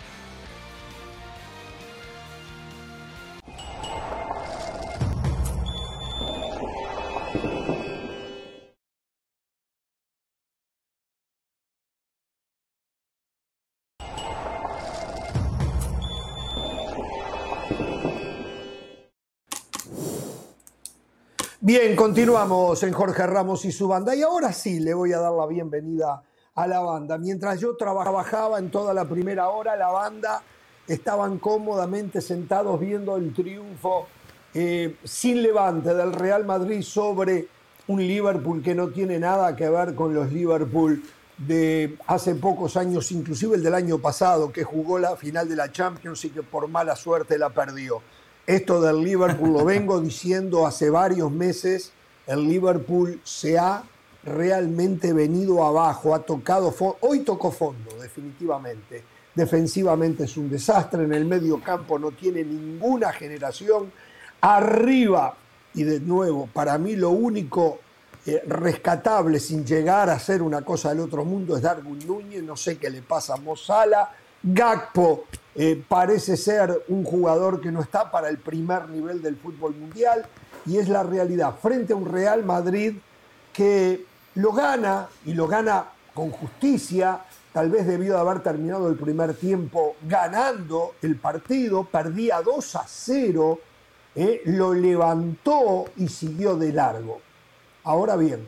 Bien, continuamos en Jorge Ramos y su banda. Y ahora sí le voy a dar la bienvenida a la banda. Mientras yo trabajaba en toda la primera hora, la banda estaban cómodamente sentados viendo el triunfo eh, sin levante del Real Madrid sobre un Liverpool que no tiene nada que ver con los Liverpool de hace pocos años, inclusive el del año pasado, que jugó la final de la Champions y que por mala suerte la perdió. Esto del Liverpool lo vengo diciendo hace varios meses. El Liverpool se ha realmente venido abajo, ha tocado fondo. Hoy tocó fondo, definitivamente. Defensivamente es un desastre, en el medio campo no tiene ninguna generación. Arriba, y de nuevo, para mí lo único eh, rescatable sin llegar a ser una cosa del otro mundo es Darwin Núñez, no sé qué le pasa a Mo Salah. Gakpo eh, parece ser un jugador que no está para el primer nivel del fútbol mundial, y es la realidad frente a un Real Madrid que lo gana, y lo gana con justicia, tal vez debió de haber terminado el primer tiempo ganando el partido, perdía dos a cero, eh, lo levantó y siguió de largo. Ahora bien,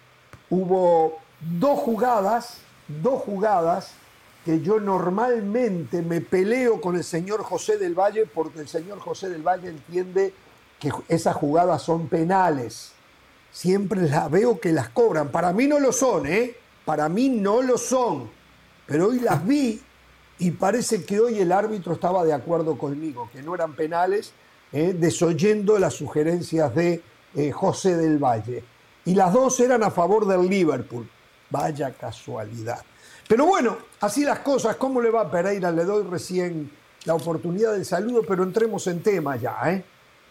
hubo dos jugadas, dos jugadas que yo normalmente me peleo con el señor José del Valle, porque el señor José del Valle entiende que esas jugadas son penales. Siempre las veo que las cobran. Para mí no lo son, ¿eh? Para mí no lo son. Pero hoy las vi y parece que hoy el árbitro estaba de acuerdo conmigo, que no eran penales, ¿eh? Desoyendo las sugerencias de eh, José del Valle. Y las dos eran a favor del Liverpool. Vaya casualidad. Pero bueno, así las cosas. ¿Cómo le va a Pereira? Le doy recién la oportunidad del saludo, pero entremos en tema ya, ¿eh?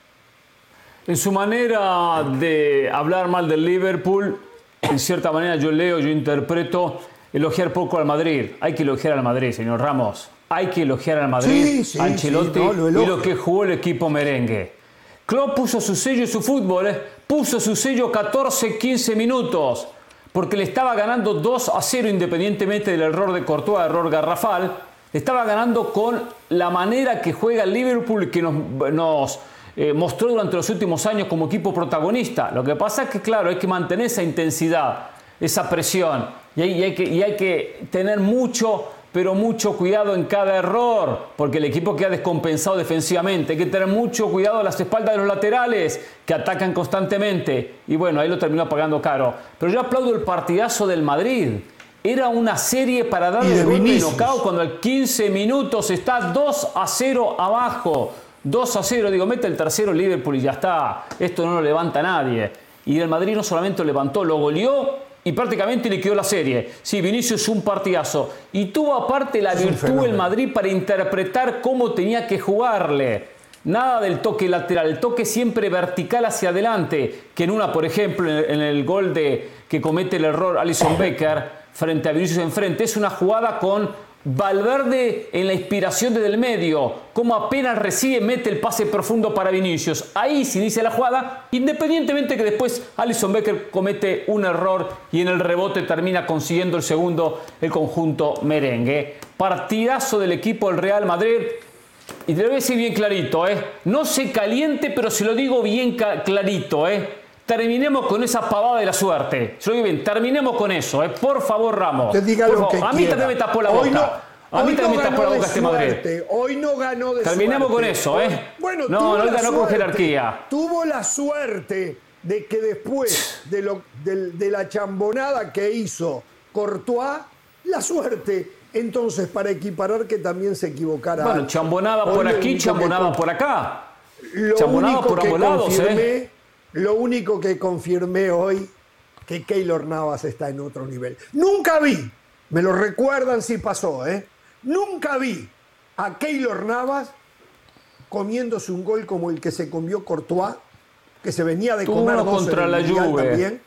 En su manera de hablar mal del Liverpool, en cierta manera yo leo, yo interpreto elogiar poco al Madrid. Hay que elogiar al Madrid, señor Ramos. Hay que elogiar al Madrid, sí, sí, Ancelotti, sí, no, lo y lo que jugó el equipo merengue. Klopp puso su sello en su fútbol, ¿eh? Puso su sello catorce, quince minutos. Porque le estaba ganando dos a cero independientemente del error de Courtois, error garrafal. Le estaba ganando con la manera que juega el Liverpool, que nos, nos eh, mostró durante los últimos años como equipo protagonista. Lo que pasa es que, claro, hay que mantener esa intensidad, esa presión. Y hay, y hay, que, y hay que tener mucho, pero mucho cuidado en cada error, porque el equipo queda descompensado defensivamente. Hay que tener mucho cuidado a las espaldas de los laterales, que atacan constantemente. Y bueno, ahí lo terminó pagando caro. Pero yo aplaudo el partidazo del Madrid. Era una serie para darle el golpe de knockout cuando al quince minutos está dos a cero abajo. dos a cero, digo, mete el tercero Liverpool y ya está. Esto no lo levanta nadie. Y el Madrid no solamente lo levantó, lo goleó y prácticamente le quedó la serie. Sí, Vinicius un partidazo. Y tuvo aparte la virtud el Madrid para interpretar cómo tenía que jugarle. Nada del toque lateral, el toque siempre vertical hacia adelante. Que en una, por ejemplo, en el gol de, que comete el error Alisson Becker frente a Vinicius enfrente, es una jugada con Valverde en la inspiración desde el medio, como apenas recibe, mete el pase profundo para Vinicius. Ahí se inicia la jugada, independientemente que después Alisson Becker comete un error y en el rebote termina consiguiendo el segundo el conjunto merengue. Partidazo del equipo del Real Madrid. Y te lo voy a decir bien clarito, ¿eh? No se caliente, pero se lo digo bien clarito, ¿eh? Terminemos con esa pavada de la suerte. Se lo digo bien, terminemos con eso, ¿eh? Por favor, Ramos. Usted diga Por lo favor. que A mí quiera. también me tapó la Hoy boca. no- A mí hoy también no me tapó la ganó de boca este Madrid. suerte, Hoy no ganó de Terminemos suerte. con eso, ¿eh? Bueno, No, tuvo no la ganó con suerte. jerarquía. Tuvo la suerte de que después de, lo, de, de la chambonada que hizo Courtois, la suerte, entonces, para equiparar que también se equivocara. Bueno, chambonada Hoy por lo aquí, único chambonada que- por acá. Lo Chambonada único por que ambos lados, confirmé, ¿eh? Lo único que confirmé hoy, que Keylor Navas está en otro nivel. Nunca vi, me lo recuerdan si pasó, ¿eh? Nunca vi a Keylor Navas comiéndose un gol como el que se comió Courtois, que se venía de Tuvo comer uno dos en contra el la Mundial Juve. también.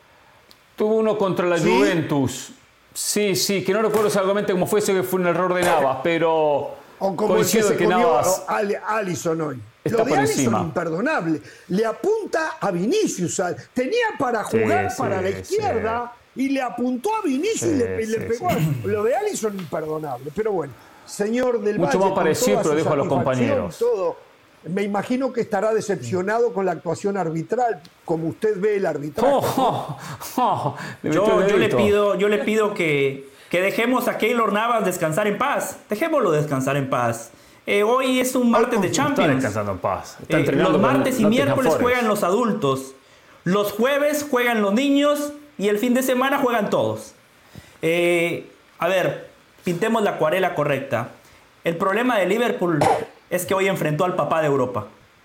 Tuvo uno contra la ¿Sí? Juventus. Sí, sí, que no recuerdo exactamente cómo fue, ese que fue un error de Navas, pero O como el que coincido se que comió Navas Ali- Alisson hoy. está Lo de por Alisson encima. imperdonable. Le apunta a Vinicius. al- Tenía para Sí, jugar sí, para la sí. izquierda y le apuntó a Vinicius Sí, y le, y le sí, pegó. sí. Lo de Alisson imperdonable. Pero bueno, señor del Mucho Valle, más con parecido, toda pero su dejo a los satisfacción, compañeros. todo, me imagino que estará decepcionado con la actuación arbitral, como usted ve el arbitraje. Oh, oh, oh, le metió Yo, el yo le dedito. pido, yo le pido que, que dejemos a Keylor Navas descansar en paz. Dejémoslo descansar en paz. Eh, hoy es un martes de Está Champions. descansando en paz. Está Eh, entrenando los con martes y Nottingham miércoles Forest. juegan los adultos. Los jueves juegan los niños y el fin de semana juegan todos. Eh, a ver, pintemos la acuarela correcta. El problema de Liverpool es que hoy enfrentó al papá de Europa.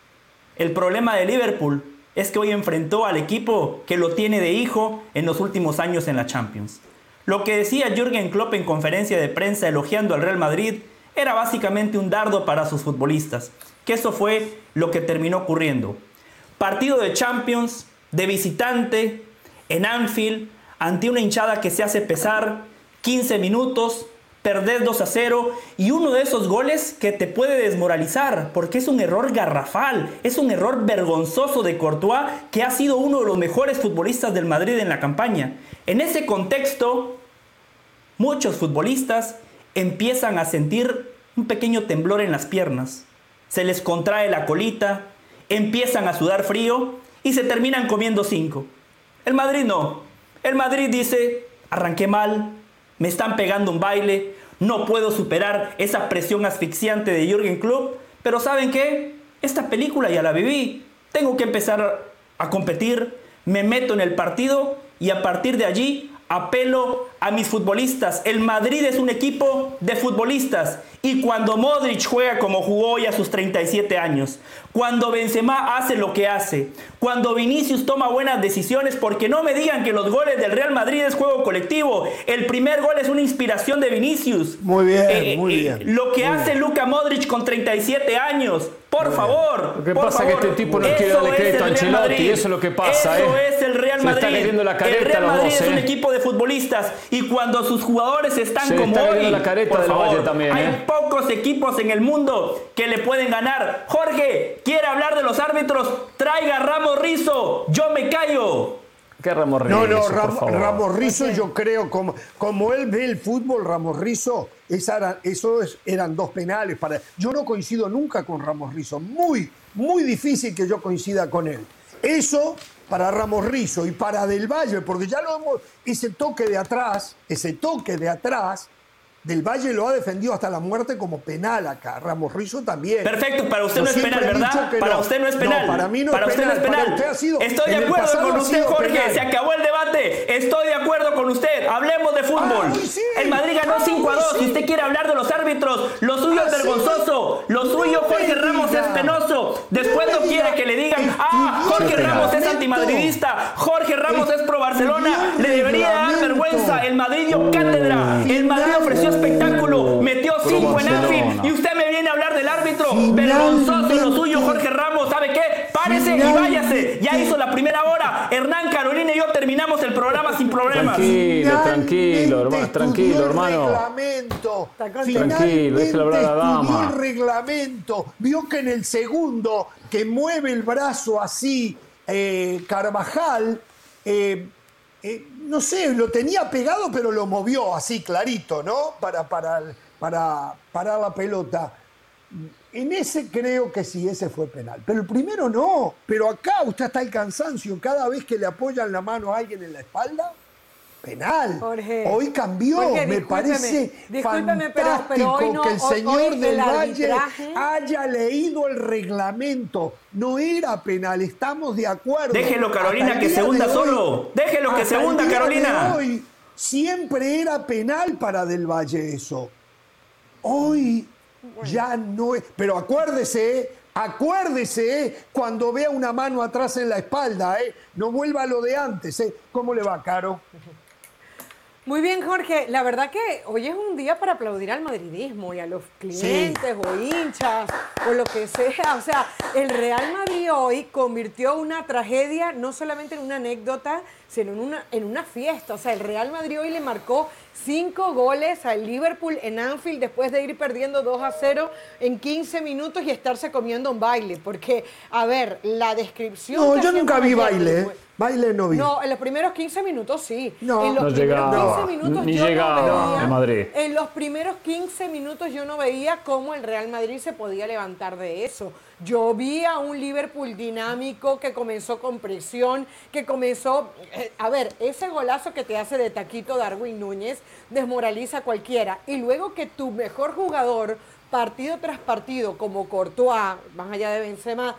El problema de Liverpool es que hoy enfrentó al equipo que lo tiene de hijo en los últimos años en la Champions. Lo que decía Jürgen Klopp en conferencia de prensa elogiando al Real Madrid era básicamente un dardo para sus futbolistas, que eso fue lo que terminó ocurriendo. Partido de Champions, de visitante, en Anfield, ante una hinchada que se hace pesar, quince minutos, perdés dos a cero y uno de esos goles que te puede desmoralizar porque es un error garrafal, es un error vergonzoso de Courtois, que ha sido uno de los mejores futbolistas del Madrid en la campaña. En ese contexto, muchos futbolistas empiezan a sentir un pequeño temblor en las piernas, se les contrae la colita, empiezan a sudar frío y se terminan comiendo cinco. El Madrid no, el Madrid dice, arranqué mal, me están pegando un baile, no puedo superar esa presión asfixiante de Jürgen Klopp, pero ¿saben qué? Esta película ya la viví, tengo que empezar a competir, me meto en el partido y a partir de allí apelo a mis futbolistas. El Madrid es un equipo de futbolistas y cuando Modric juega como jugó hoy a sus treinta y siete años, cuando Benzema hace lo que hace, cuando Vinicius toma buenas decisiones, porque no me digan que los goles del Real Madrid es juego colectivo. El primer gol es una inspiración de Vinicius. Muy bien, Eh, muy eh, bien. Lo que muy hace bien. Luka Modric con treinta y siete años. Por Muy favor. Lo que por pasa es favor. que este tipo no quiere Eso darle es crédito el a Real Ancelotti, Madrid. eso es lo que pasa, Eso ¿eh? es el Real Se le Madrid. está cayendo la careta el Real a los Madrid dos, es un ¿eh? equipo de futbolistas y cuando sus jugadores están Se le como está hoy, cayendo la careta por del favor, Valle también, hay ¿eh? pocos equipos en el mundo que le pueden ganar. Jorge, ¿quiere hablar de los árbitros? Traiga a Ramos Rizzo. Yo me callo. ¿Qué Ramos Rizzo, No, no, por Ram- favor? Ramos Rizzo, yo creo, como, como él ve el fútbol, Ramos Rizzo, esa era- eso es- eran dos penales para. Yo no coincido nunca con Ramos Rizzo. Muy, muy difícil que yo coincida con él. Eso para Ramos Rizzo y para Del Valle, porque ya lo hemos. Ese toque de atrás, ese toque de atrás, Del Valle lo ha defendido hasta la muerte como penal acá. Ramos Rizzo también. Perfecto, para usted Yo no es siempre penal, he dicho ¿verdad? que Para no. usted no es penal. No, para mí no para es usted penal. no es penal. Para usted ha sido- Estoy en de el acuerdo pasado con ha usted, sido Jorge. penal. Se acabó el debate. Estoy de acuerdo con usted. Hablemos de fútbol. Ah, hoy sí. El Madrid ganó Ah, cinco a hoy dos. sí. Si usted quiere hablar de los árbitros, lo suyo Ah, es sí. vergonzoso. Lo suyo, No Jorge me Ramos, diga. es penoso. Después No no me quiere diga. que le digan, ah, Estudió Jorge el Ramos es reglamento. antimadridista. Jorge Ramos es pro Barcelona. Estudió Le el debería dar reglamento. vergüenza. El Madrid dio cátedra. El Madrid ofreció espectáculo. Metió Pro cinco en Barcelona. Anfield. Y usted me viene a hablar del árbitro. Finalmente. Vergonzoso lo suyo, Jorge Ramos. ¿Sabe qué? Párese y Finalmente. váyase. Ya hizo la primera hora. Hernán, Carolina y yo terminamos. terminamos el programa sin problemas. Tranquilo, tranquilo, hermano, tranquilo, hermano. Reglamento. Tranquilo, déjale hablar a la dama. Estudió el reglamento. Vio que en el segundo que mueve el brazo así, eh, Carvajal, eh, eh, no sé, lo tenía pegado, pero lo movió así clarito, ¿no? Para, para, para parar la pelota. En ese creo que sí, ese fue penal. Pero el primero no. Pero acá usted está el cansancio. Cada vez que le apoyan la mano a alguien en la espalda, penal. Jorge, hoy cambió. Jorge, Me parece discúlpeme, fantástico pero, pero hoy no, que el señor hoy del el Valle arbitraje... haya leído el reglamento. No era penal, estamos de acuerdo. Déjelo, Carolina, que se hunda solo. Déjelo que se hunda, Carolina. Hoy siempre era penal para Del Valle eso. Hoy ya no es. Pero acuérdese, acuérdese cuando vea una mano atrás en la espalda, ¿eh? No vuelva a lo de antes, ¿eh? ¿Cómo le va, Caro? Muy bien, Jorge. La verdad que hoy es un día para aplaudir al madridismo y a los clientes sí. o hinchas o lo que sea. O sea, el Real Madrid hoy convirtió una tragedia no solamente en una anécdota, sino en una, en una fiesta. O sea, el Real Madrid hoy le marcó cinco goles al Liverpool en Anfield después de ir perdiendo dos a cero en quince minutos y estarse comiendo un baile. Porque, a ver, la descripción... No, yo nunca vi baile, ¿eh? Baile no vi. No, en los primeros quince minutos sí. No, en los no primeros llegaba, quince minutos ni yo llegaba no veía, en Madrid. En los primeros quince minutos yo no veía cómo el Real Madrid se podía levantar de eso. Yo vi a un Liverpool dinámico que comenzó con presión, que comenzó... Eh, a ver, ese golazo que te hace de taquito Darwin Núñez desmoraliza a cualquiera. Y luego que tu mejor jugador, partido tras partido, como Courtois, más allá de Benzema,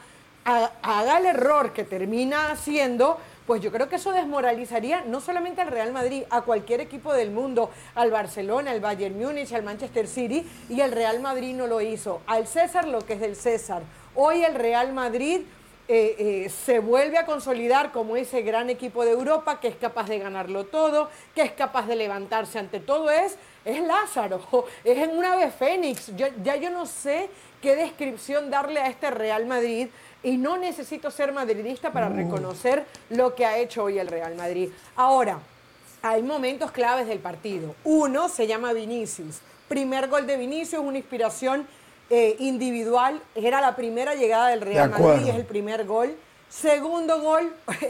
haga el error que termina haciendo, pues yo creo que eso desmoralizaría no solamente al Real Madrid, a cualquier equipo del mundo, al Barcelona, al Bayern Múnich, al Manchester City, y el Real Madrid no lo hizo. Al César lo que es del César. Hoy el Real Madrid eh, eh, se vuelve a consolidar como ese gran equipo de Europa que es capaz de ganarlo todo, que es capaz de levantarse ante todo. Es, es Lázaro, es en una ave fénix. Yo, ya yo no sé qué descripción darle a este Real Madrid. Y no necesito ser madridista para reconocer lo que ha hecho hoy el Real Madrid. Ahora, hay momentos claves del partido. Uno se llama Vinicius. Primer gol de Vinicius, una inspiración eh, individual. Era la primera llegada del Real Madrid y es el primer gol. Segundo gol,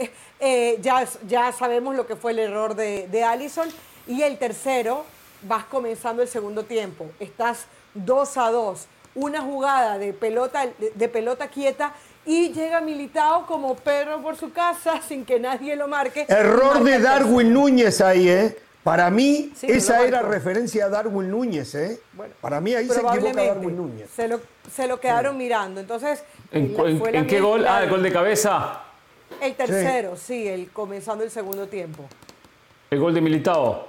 eh, ya, ya sabemos lo que fue el error de, de Alisson. Y el tercero, vas comenzando el segundo tiempo. Estás dos a dos. Una jugada de pelota, de, de pelota quieta. Y llega Militao como perro por su casa sin que nadie lo marque. Error de Darwin Núñez ahí, ¿eh? Para mí, sí, esa era referencia a Darwin Núñez, ¿eh? Bueno, para mí ahí se equivoca Darwin Núñez. Se lo, se lo quedaron sí. mirando. Entonces, ¿En, en, ¿en qué gol? Ah, el gol de cabeza. El tercero, sí, sí el, comenzando el segundo tiempo. El gol de Militao.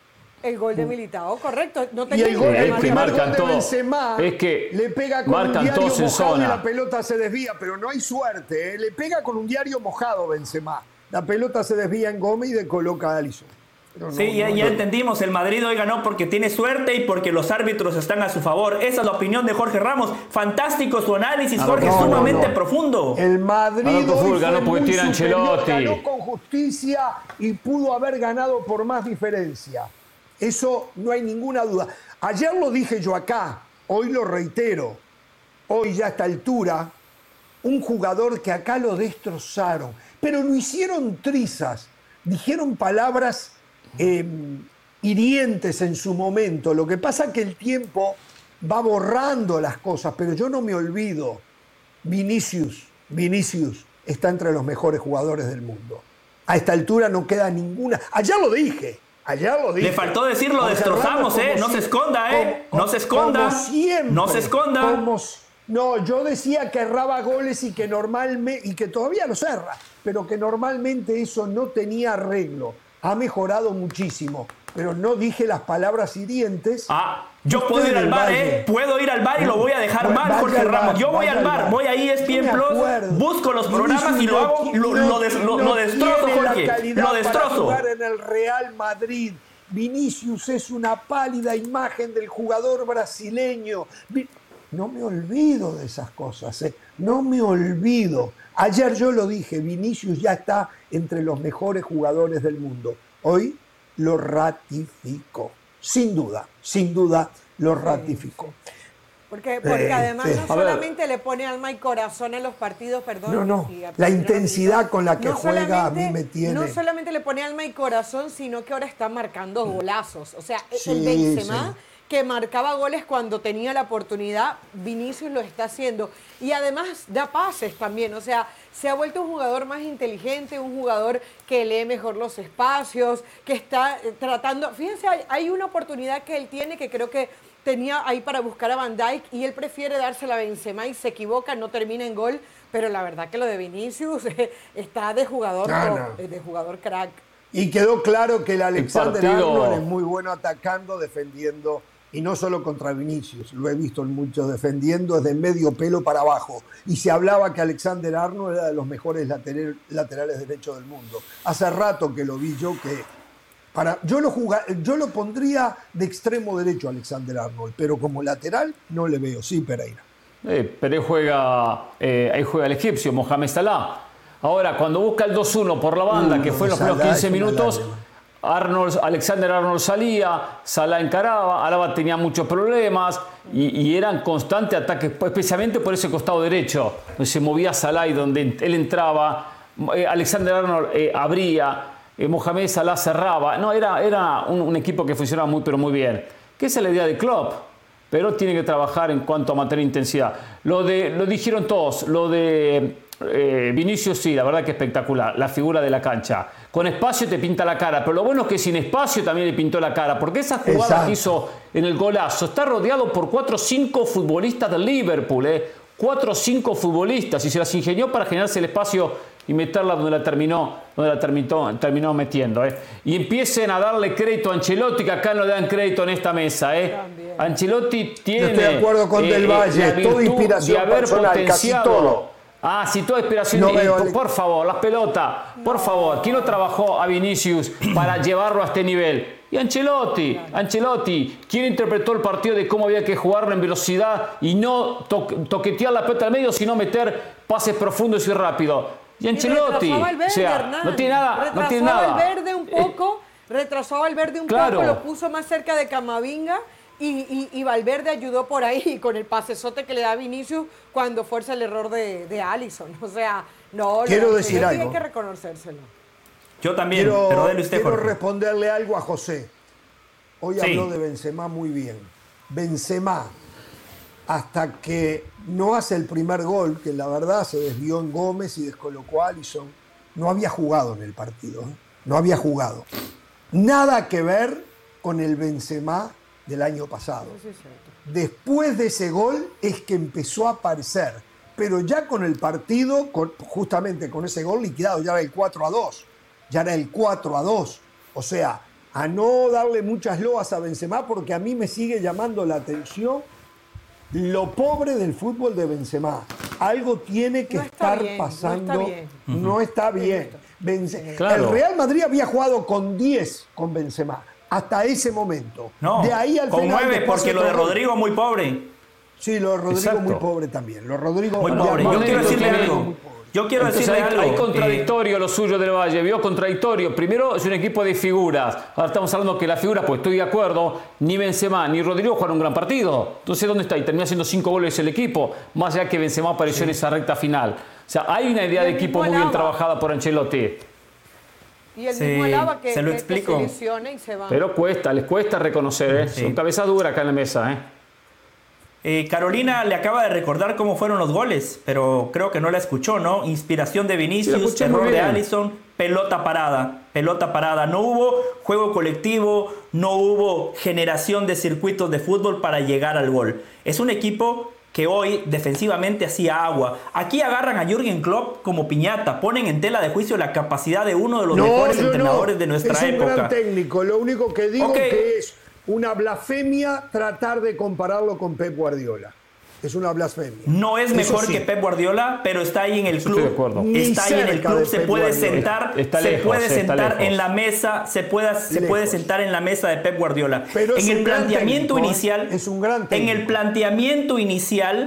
El gol de Militao, correcto. No te y el gol, es el que marcan de Benzema, es que le pega con marcan un diario todos en mojado zona. Y la pelota se desvía, pero no hay suerte. ¿eh? Le pega con un diario mojado Benzema. La pelota se desvía en Gómez y de coloca a Alisson. No, sí, ya, no, ya no. entendimos. El Madrid hoy ganó porque tiene suerte y porque los árbitros están a su favor. Esa es la opinión de Jorge Ramos. Fantástico su análisis, ah, Jorge, no, sumamente no, profundo. El Madrid no, hoy ganó porque tira Ancelotti. Ganó con justicia y pudo haber ganado por más diferencia. Eso no hay ninguna duda. Ayer lo dije yo acá, hoy lo reitero. Hoy ya a esta altura, un jugador que acá lo destrozaron, pero lo hicieron trizas, dijeron palabras eh, hirientes en su momento. Lo que pasa es que el tiempo va borrando las cosas, pero yo no me olvido. Vinicius, Vinicius está entre los mejores jugadores del mundo. A esta altura no queda ninguna. Ayer lo dije. Allá lo dije. Le faltó decir lo destrozamos, ¿eh? No se esconda, ¿eh? Como, no se esconda. Como siempre. No se esconda. Como, no, yo decía que erraba goles y que normalmente, y que todavía los erra, pero que normalmente eso no tenía arreglo. Ha mejorado muchísimo, pero no dije las palabras hirientes. Ah, yo puedo ir al bar, ¿eh? Puedo ir al bar y lo voy a dejar mal, Jorge Ramos. Yo voy al bar, voy a E S P N Plus, busco los programas y lo hago, lo, lo, des, lo, lo destrozo, Jorge. Lo destrozo. Para jugar en el Real Madrid. Vinicius es una pálida imagen del jugador brasileño. No me olvido de esas cosas, ¿eh? no me olvido. Ayer yo lo dije, Vinicius ya está entre los mejores jugadores del mundo. Hoy lo ratificó. Sin duda, sin duda lo ratificó. Porque, porque Eh, además sí. no A ver. solamente le pone alma y corazón en los partidos, perdón. No, no, y- la intensidad con la que no juega a mí solamente- me tiene. No solamente le pone alma y corazón, sino que ahora está marcando golazos. O sea, Sí, el Benzema, sí. que marcaba goles cuando tenía la oportunidad, Vinicius lo está haciendo. Y además da pases también. O sea, se ha vuelto un jugador más inteligente, un jugador que lee mejor los espacios, que está eh, tratando... Fíjense, hay, hay una oportunidad que él tiene que creo que tenía ahí para buscar a Van Dijk y él prefiere dársela a Benzema y se equivoca, no termina en gol, pero la verdad que lo de Vinicius está de jugador No, top, no. de jugador crack. Y quedó claro que el Alexander partido- Arnold es muy bueno atacando, defendiendo, y no solo contra Vinicius, lo he visto en muchos defendiendo desde medio pelo para abajo. Y se hablaba que Alexander Arnold era de los mejores lateral- laterales derechos del mundo. Hace rato que lo vi yo que... Para, yo, lo juga- yo lo pondría de extremo derecho a Alexander Arnold, pero como lateral no le veo. Sí, Pereira. Eh, pero ahí juega, eh, ahí juega el egipcio, Mohamed Salah. Ahora, cuando busca el dos uno por la banda, Uh, que fue en los Salah primeros quince es una minutos, lágrima. Arnold, Alexander Arnold salía, Salah encaraba, Alaba tenía muchos problemas y, y eran constantes ataques, especialmente por ese costado derecho, donde se movía Salah y donde él entraba, eh, Alexander Arnold eh, abría, eh, Mohamed Salah cerraba. No, era, era un, un equipo que funcionaba muy, pero muy bien. ¿Qué es la idea de Klopp? Pero tiene que trabajar en cuanto a mantener intensidad. Lo, de, lo dijeron todos, lo de eh, Vinicius sí, la verdad que espectacular, la figura de la cancha. Con espacio te pinta la cara, pero lo bueno es que sin espacio también le pintó la cara, porque esa jugada Exacto. que hizo en el golazo está rodeado por cuatro o cinco futbolistas del Liverpool, ¿eh? cuatro o cinco futbolistas, y se las ingenió para generarse el espacio y meterla donde la terminó, donde la terminó, terminó metiendo. ¿eh? Y empiecen a darle crédito a Ancelotti, que acá no le dan crédito en esta mesa. ¿eh? Ancelotti tiene... Yo estoy de acuerdo con Del Valle, la toda virtud inspiración de haber personal, casi potenciado. todo. Ah, sí, toda inspiración. No Eh, veo por, el- por favor, las pelotas, por favor. ¿Quién no trabajó a Vinicius para llevarlo a este nivel? Y Ancelotti, Ancelotti, ¿quién interpretó el partido de cómo había que jugarlo en velocidad y no to- toquetear la pelota al medio, sino meter pases profundos y rápidos? Y Ancelotti, retrasó a Valverde, o sea, Hernán. no tiene nada, no Retrasó tiene a nada. Valverde un poco, retrasó a Valverde un Claro. poco, lo puso más cerca de Camavinga y, y, y Valverde ayudó por ahí con el pasesote que le da Vinicius cuando fuerza el error de, de Alisson. O sea, no, Quiero lo- decir lo algo. Hay que reconocérselo. Yo también, Quiero, pero dele usted, quiero Jorge. responderle algo a José. Hoy Sí. habló de Benzema muy bien. Benzema, hasta que no hace el primer gol, que la verdad se desvió en Gómez y descolocó a Alisson, no había jugado en el partido. ¿eh? No había jugado. Nada que ver con el Benzema del año pasado. Después de ese gol es que empezó a aparecer. Pero ya con el partido, con- justamente con ese gol liquidado, ya era el cuatro a dos. Ya era el cuatro a dos. O sea, a no darle muchas loas a Benzema, porque a mí me sigue llamando la atención lo pobre del fútbol de Benzema. Algo tiene que No está estar bien, no está pasando. bien. No está bien. Benze- Claro. El Real Madrid había jugado con diez con Benzema. Hasta ese momento. No, de ahí al con final, nueve, después porque se lo de tomó- Rodrigo muy pobre. Sí, lo de Rodrigo Exacto. muy pobre también. Lo Rodrigo Muy de pobre. Yo Armando quiero Rodrigo decirle muy algo. pobre. Yo quiero Entonces decirle hay, algo. hay eh, contradictorio lo suyo del Valle, vio contradictorio. Primero es un equipo de figuras. Ahora estamos hablando que las figuras, pues estoy de acuerdo, ni Benzema ni Rodrigo jugaron un gran partido. Entonces, ¿dónde está? Y termina haciendo cinco goles el equipo, más allá que Benzema apareció en esa recta final. O sea, hay una idea Y de el equipo mismo muy bien Alaba. trabajada por Ancelotti. Y el Sí, mismo Alaba que se lo que- que explico. se lesiona y se va. Pero cuesta, les cuesta reconocer, ¿eh? Sí. Son cabezas duras acá en la mesa, ¿eh? Eh, Carolina le acaba de recordar cómo fueron los goles, pero creo que no la escuchó, ¿no? Inspiración de Sí, la Vinicius, escuché muy error de bien. Alisson, pelota parada, pelota parada. No hubo juego colectivo, no hubo generación de circuitos de fútbol para llegar al gol. Es un equipo que hoy defensivamente hacía agua. Aquí agarran a Jürgen Klopp como piñata, ponen en tela de juicio la capacidad de uno de los mejores yo entrenadores de nuestra es un época. gran técnico. Lo único que digo Ok. que es una blasfemia tratar de compararlo con Pep Guardiola. Es una blasfemia. No es Eso mejor sí. que Pep Guardiola, pero está ahí en el Estoy de club. acuerdo. Ni Está ahí en el cerca club, de se Pep puede Guardiola. sentar, Está se lejos, puede está sentar lejos. en la mesa, se puede, se puede Lejos. sentar en la mesa de Pep Guardiola. Pero es en el un gran planteamiento técnico, ¿eh? inicial, Es un gran en técnico. el planteamiento inicial,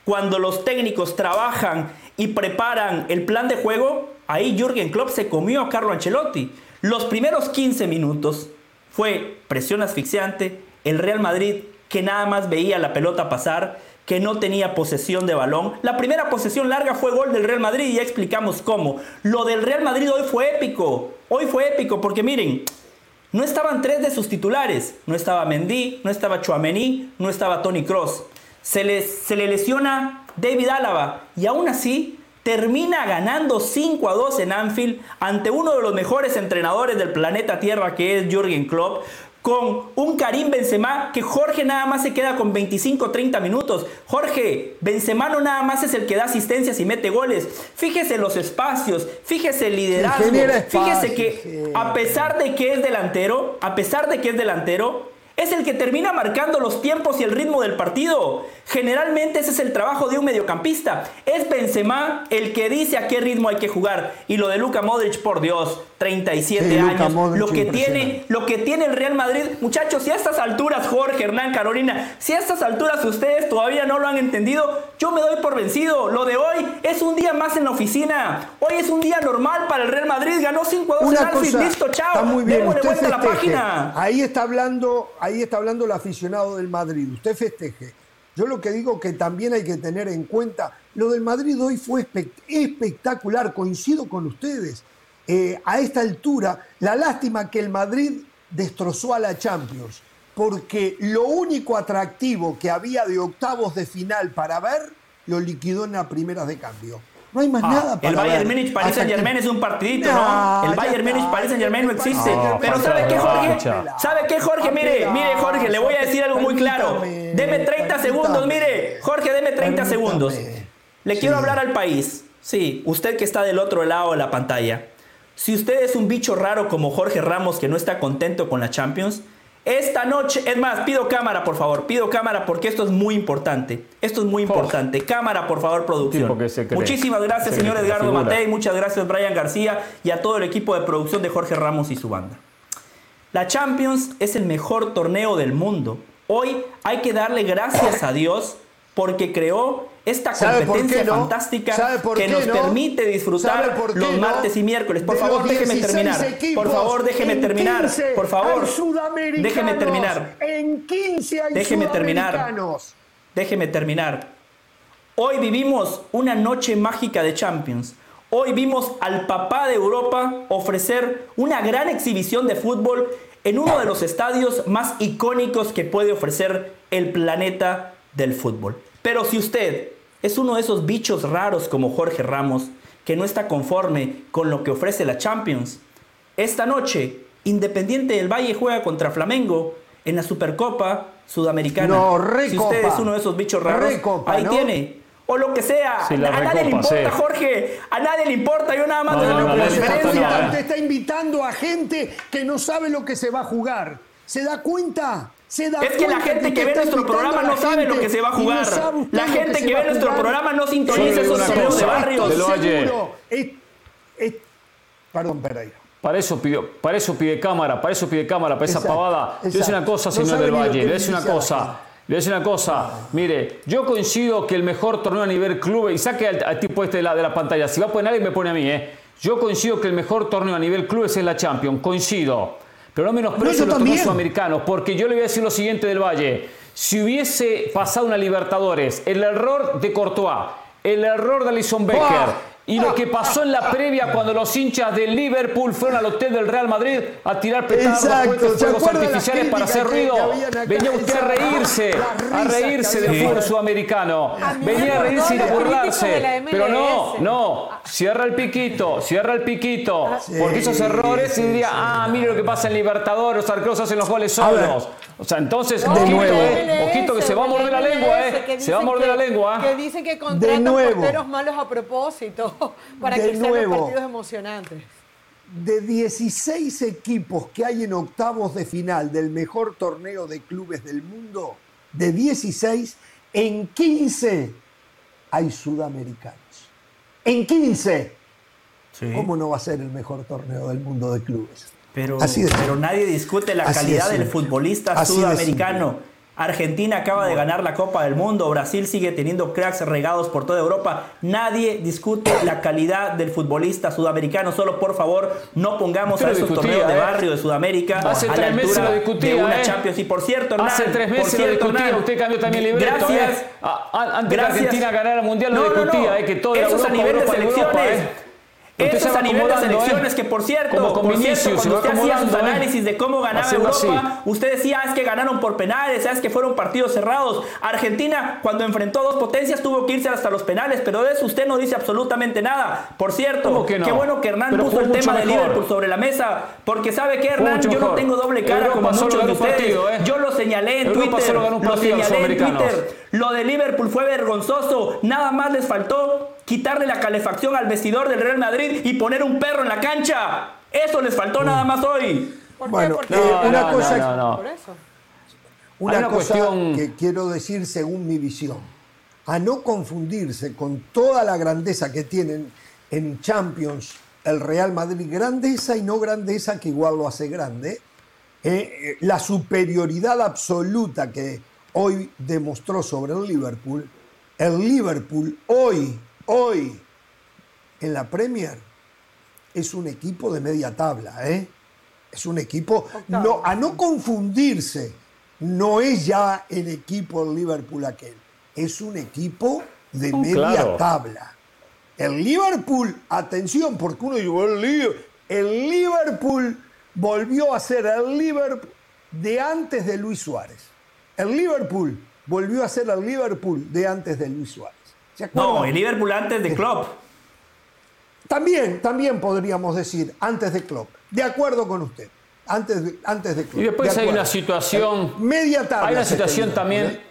cuando los técnicos trabajan y preparan el plan de juego, ahí Jürgen Klopp se comió a Carlo Ancelotti. Los primeros quince minutos fue presión asfixiante, el Real Madrid que nada más veía la pelota pasar, que no tenía posesión de balón. La primera posesión larga fue gol del Real Madrid y ya explicamos cómo. Lo del Real Madrid hoy fue épico. Hoy fue épico porque miren, no estaban tres de sus titulares. No estaba Mendy, no estaba Tchouaméni, no estaba Toni Kroos. Se le, se le lesiona David Álava y aún así termina ganando cinco a dos en Anfield ante uno de los mejores entrenadores del planeta Tierra, que es Jürgen Klopp, con un Karim Benzema que Jorge nada más se queda con veinticinco treinta minutos. Jorge, Benzema no nada más es el que da asistencias y mete goles. Fíjese los espacios, fíjese el liderazgo, fíjese que a pesar de que es delantero, a pesar de que es delantero, es el que termina marcando los tiempos y el ritmo del partido. Generalmente ese es el trabajo de un mediocampista. Es Benzema el que dice a qué ritmo hay que jugar. Y lo de Luka Modric, por Dios, treinta y siete sí, años. Modric, lo que tiene, lo que tiene el Real Madrid. Muchachos, si a estas alturas, Jorge, Hernán, Carolina, si a estas alturas ustedes todavía no lo han entendido, yo me doy por vencido. Lo de hoy es un día más en la oficina. Hoy es un día normal para el Real Madrid. Ganó cinco a dos en Anfield. Listo, chao. Está muy bien. Démosle vuelta festeje. a la página. Ahí está hablando... Ahí está hablando el aficionado del Madrid. Usted festeje. Yo lo que digo que también hay que tener en cuenta, lo del Madrid hoy fue espectacular, coincido con ustedes. Eh, a esta altura, la lástima que el Madrid destrozó a la Champions, porque lo único atractivo que había de octavos de final para ver, lo liquidó en las primeras de cambio. No hay más ah, nada para El Bayern ver. Múnich, Paris Saint Germain que... es un partidito, no, ¿no? El Bayern Múnich, Paris Saint Germain no existe. No, Pero ¿sabe qué, Jorge? ¿Sabe qué, Jorge? Mire, mire, Jorge, le voy a decir algo muy claro. Deme treinta segundos, mire. Jorge, deme treinta segundos. Le sí. quiero hablar al país. Sí, usted que está del otro lado de la pantalla. Si usted es un bicho raro como Jorge Ramos que no está contento con la Champions, esta noche, es más, pido cámara, por favor, pido cámara porque esto es muy importante. Esto es muy importante. Cámara, por favor, producción. Muchísimas gracias, señor Edgardo Matei, muchas gracias, Brian García, y a todo el equipo de producción de Jorge Ramos y su banda. La Champions es el mejor torneo del mundo. Hoy hay que darle gracias a Dios porque creó esta competencia no? fantástica que nos no? permite disfrutar los no? martes y miércoles. Por de favor, déjeme terminar. Equipos, por favor, déjeme terminar. quince por favor, déjeme terminar. En quince hay déjeme terminar. Déjeme terminar. Hoy vivimos una noche mágica de Champions. Hoy vimos al papá de Europa ofrecer una gran exhibición de fútbol en uno de los estadios más icónicos que puede ofrecer el planeta del fútbol. Pero si usted es uno de esos bichos raros como Jorge Ramos, que no está conforme con lo que ofrece la Champions, esta noche Independiente del Valle juega contra Flamengo en la Supercopa Sudamericana. No, recopa. Si usted es uno de esos bichos raros, recopa, ahí ¿no? tiene. O lo que sea. Sí, a recopa, nadie le importa, sí. Jorge. A nadie le importa. Yo nada más no, no, no, no, no, diferencia. Usted está invitando a gente que no sabe lo que se va a jugar. ¿Se da cuenta? ¿Se da es que la gente que ve nuestro programa no sabe lo que se va a jugar. No la gente que, que ve nuestro programa no sintoniza esos torneos de barrios. Es, es, perdón, Pereira. Para eso, pidió, para eso pide cámara, para eso pide cámara, para esa exacto, pavada. Le voy una cosa, señor no del Valle, le voy una cosa. Le voy a decir una cosa, mire, yo coincido que el mejor torneo a nivel club, y saque al, al tipo este de la, de la pantalla, si va a poner alguien me pone a mí, ¿eh? Yo coincido que el mejor torneo a nivel club es la Champions, coincido. Pero no menosprecio los torneos sudamericanos, porque yo le voy a decir lo siguiente del Valle. Si hubiese pasado una Libertadores, el error de Courtois, el error de Alisson Becker, oh. y lo que pasó en la previa cuando los hinchas del Liverpool fueron al hotel del Real Madrid a tirar petados, fuegos artificiales para hacer ruido. Venía usted a reírse, a reírse del fútbol sudamericano. Venía a reírse y a burlarse. Pero no, no. Cierra el piquito, cierra el piquito. Porque esos errores y diría, ah, mire lo que pasa en Libertadores, los arqueros hacen los goles solos. O sea, entonces, no, ojito, nuevo, eh, ojito que se va a morder la lengua, eh. Se va a morder la lengua. Que dicen que contratan porteros malos a propósito. Para de que sean nuevo, los partidos emocionantes. De dieciséis equipos que hay en octavos de final del mejor torneo de clubes del mundo, de dieciséis, en quince hay sudamericanos. En quince. Sí. ¿Cómo no va a ser el mejor torneo del mundo de clubes? Pero, Así pero nadie discute la Así calidad del futbolista Así sudamericano. Argentina acaba de ganar la Copa del Mundo. Brasil sigue teniendo cracks regados por toda Europa. Nadie discute la calidad del futbolista sudamericano. Solo, por favor, no pongamos a esos torneos de barrio de Sudamérica Hace a la tres meses altura lo discutía, de una ¿eh? Champions. Y por cierto, Hernán, Hace tres meses por cierto, lo discutía. Hernán, Usted cambió también libreto. Gracias. ¿eh? A- a- Antes Gracias. que Argentina ganara el Mundial lo No, no, discutía, no. ¿eh? Que todo era Esos Europa, a nivel Europa, de Europa, selecciones. ¿eh? Usted Esos se va a nivel de acomodando, selecciones ¿eh? que, por cierto, Como con por Vinicius, cierto se cuando va usted hacía sus acomodando, ¿eh? análisis de cómo ganaba Haciendo Europa, así. usted decía, es que ganaron por penales, es que fueron partidos cerrados. Argentina, cuando enfrentó a dos potencias, tuvo que irse hasta los penales, pero de eso usted no dice absolutamente nada. Por cierto, ¿Cómo que no? qué bueno que Hernán Pero puso jugó el tema mucho de mejor. Liverpool sobre la mesa, porque sabe que, Jugó Hernán, mucho yo no mejor. tengo doble cara Europa como solo muchos de ganó un ustedes. partido, ¿eh? Yo lo señalé en Europa Twitter, solo ganó un lo partido a los señalé en americanos. Twitter. Lo de Liverpool fue vergonzoso. Nada más les faltó quitarle la calefacción al vestidor del Real Madrid y poner un perro en la cancha. Eso les faltó nada más hoy. Bueno, Porque- eh, No, una no, cosa, no, no, no. Por eso. una Hay una cosa cuestión- que quiero decir según mi visión, a no confundirse con toda la grandeza que tienen en Champions el Real Madrid, grandeza y no grandeza que igual lo hace grande, eh, eh, la superioridad absoluta que hoy demostró sobre el Liverpool, el Liverpool hoy, hoy en la Premier es un equipo de media tabla, ¿eh? Es un equipo, no, a no confundirse, no es ya el equipo del Liverpool aquel, es un equipo de Oh, media claro. tabla. El Liverpool, atención, porque uno dice, el Liverpool, el Liverpool volvió a ser el Liverpool de antes de Luis Suárez. El Liverpool volvió a ser el Liverpool de antes de Luis Suárez. ¿Se acuerdan? No, el Liverpool antes de Klopp. También, también podríamos decir, antes de Klopp. De acuerdo con usted. Antes de, antes de Klopp. Y después De hay acuerdo. una situación. Media tabla. Hay una se situación tendrá, también. ¿eh?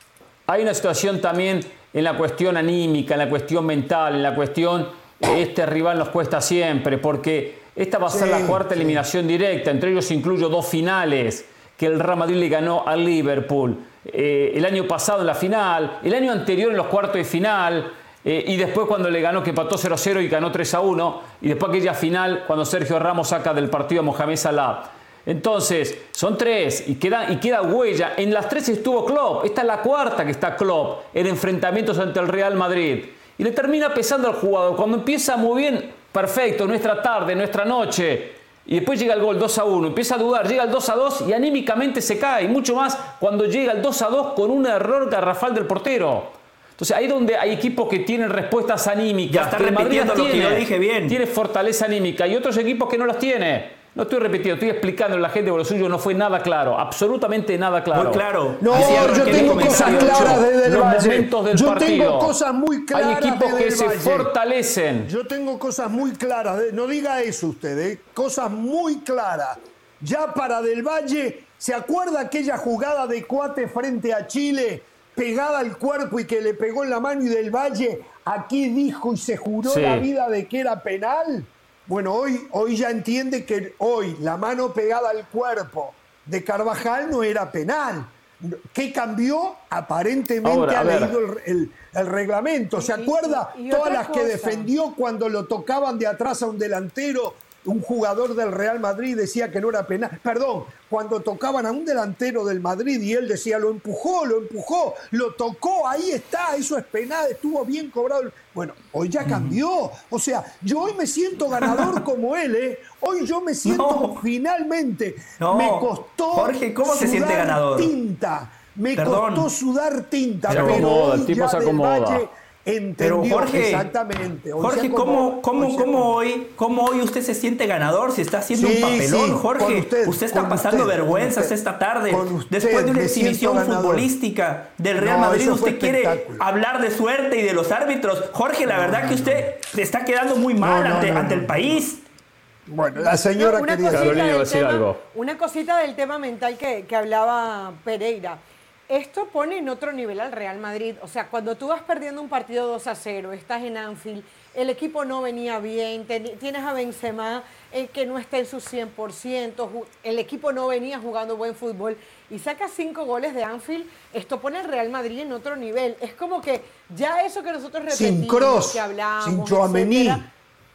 Hay una situación también en la cuestión anímica, en la cuestión mental, en la cuestión. Este rival nos cuesta siempre, porque esta va a ser Sí, la cuarta sí. eliminación directa. Entre ellos incluyo dos finales que el Real Madrid le ganó al Liverpool. Eh, el año pasado en la final, el año anterior en los cuartos de final. Eh, y después cuando le ganó, que empató cero a cero y ganó tres a uno, y después aquella final cuando Sergio Ramos saca del partido a Mohamed Salah. Entonces, son tres y queda, y queda huella. En las tres estuvo Klopp, esta es la cuarta que está Klopp en enfrentamientos ante el Real Madrid. Y le termina pesando al jugador. Cuando empieza muy bien, perfecto, nuestra tarde, nuestra noche. Y después llega el gol dos a uno, empieza a dudar, llega el dos a dos y anímicamente se cae. Y mucho más cuando llega el dos a dos con un error garrafal del portero. Entonces, ahí donde hay equipos que tienen respuestas anímicas. Ya está que el Madrid repitiendo las lo que tiene, yo dije bien. Tiene fortaleza anímica y otros equipos que no las tiene. No estoy repitiendo, estoy explicando a la gente, porque lo suyo no fue nada claro, absolutamente nada claro. Muy claro. No, Decía yo Roque tengo en el cosas comentario. claras desde el Los Valle. momentos del Yo partido. tengo cosas muy claras Hay equipos desde que el se Valle. fortalecen. Yo tengo cosas muy claras. de- no diga eso usted, ¿eh? Cosas muy claras. Ya para Del Valle, ¿se acuerda aquella jugada de Cuate frente a Chile? Pegada al cuerpo y que le pegó en la mano y Del Valle aquí dijo y se juró Sí. la vida de que era penal. Bueno, hoy, hoy ya entiende que hoy la mano pegada al cuerpo de Carvajal no era penal. ¿Qué cambió? Aparentemente Ahora, ha a ver. leído el, el- el reglamento. ¿Se Y- acuerda? y- y Todas otra las que cosa. defendió cuando lo tocaban de atrás a un delantero, un jugador del Real Madrid decía que no era penal. Perdón, cuando tocaban a un delantero del Madrid y él decía, lo empujó, lo empujó, lo tocó, ahí está, eso es penal, estuvo bien cobrado. Bueno, hoy ya cambió. O sea, yo hoy me siento ganador como él, ¿eh? Hoy yo me siento No. finalmente. No. Me costó Jorge, ¿cómo se siente sudar ganador? tinta. Me Perdón. costó sudar tinta. Se pero acomoda, hoy el tipo ya se Del acomoda. Valle entendió Pero Jorge, exactamente. Hoy Jorge, se ¿cómo, acomoda, cómo, hoy se cómo, acomoda. hoy, ¿cómo hoy usted se siente ganador si está haciendo Sí, un papelón, sí, Jorge? con Usted, usted, está con pasando usted, vergüenzas con usted. esta tarde. Con usted Después de una me siento exhibición ganador. futbolística del Real No, Madrid, eso fue usted quiere espectáculo. hablar de suerte y de los árbitros. Jorge, la verdad que usted se está quedando muy mal No, no, ante, no, ante no. el país. Bueno, la señora No, una quería cosita decir. Carolina iba a del decir tema- algo. Una cosita del tema mental que, que hablaba Pereira. Esto pone en otro nivel al Real Madrid. O sea, cuando tú vas perdiendo un partido dos a cero, estás en Anfield, el equipo no venía bien, ten- tienes a Benzema eh, que no está en su cien por ciento, ju- el equipo no venía jugando buen fútbol y sacas cinco goles de Anfield, esto pone al Real Madrid en otro nivel. Es como que ya eso que nosotros repetimos, Sin Kroos, que hablamos, sin Tchouaméni, etcétera,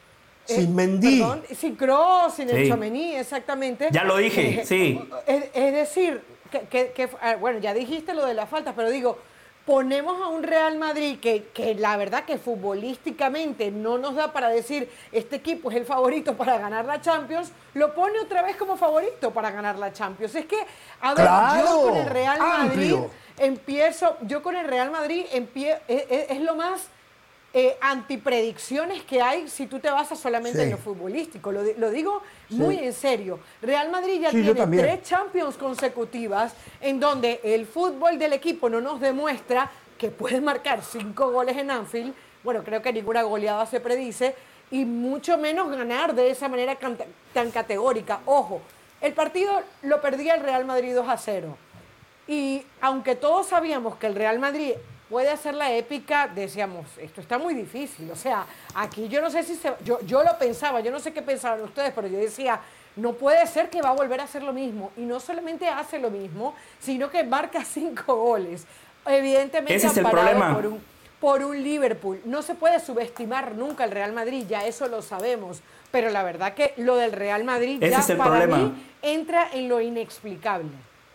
sin eh, Mendy. perdón, sin Kroos, sin el Sí. Tchouaméni, exactamente. Ya lo dije, Eh, sí. Es, es decir, que, que, que, bueno, ya dijiste lo de las faltas, pero digo, ponemos a un Real Madrid que, que la verdad que futbolísticamente no nos da para decir este equipo es el favorito para ganar la Champions, lo pone otra vez como favorito para ganar la Champions. Es que, a ver, ¡Claro! yo con el Real Madrid Amplio. empiezo, yo con el Real Madrid empie, es, es, es lo más eh, antipredicciones que hay si tú te basas solamente Sí. en lo futbolístico. Lo, lo digo Sí. muy en serio. Real Madrid ya Sí, yo tiene también. tres Champions consecutivas en donde el fútbol del equipo no nos demuestra que puede marcar cinco goles en Anfield. Bueno, creo que ninguna goleada se predice y mucho menos ganar de esa manera tan, tan categórica. Ojo, el partido lo perdía el Real Madrid dos a cero. Y aunque todos sabíamos que el Real Madrid puede hacer la épica, decíamos, esto está muy difícil. O sea, aquí yo no sé si se... Yo, yo lo pensaba, yo no sé qué pensaban ustedes, pero yo decía, no puede ser que va a volver a hacer lo mismo. Y no solamente hace lo mismo, sino que marca cinco goles. Evidentemente Ese es el amparado problema. por un, por un Liverpool. No se puede subestimar nunca el Real Madrid, ya eso lo sabemos. Pero la verdad que lo del Real Madrid Ese ya es el para problema. mí entra en lo inexplicable.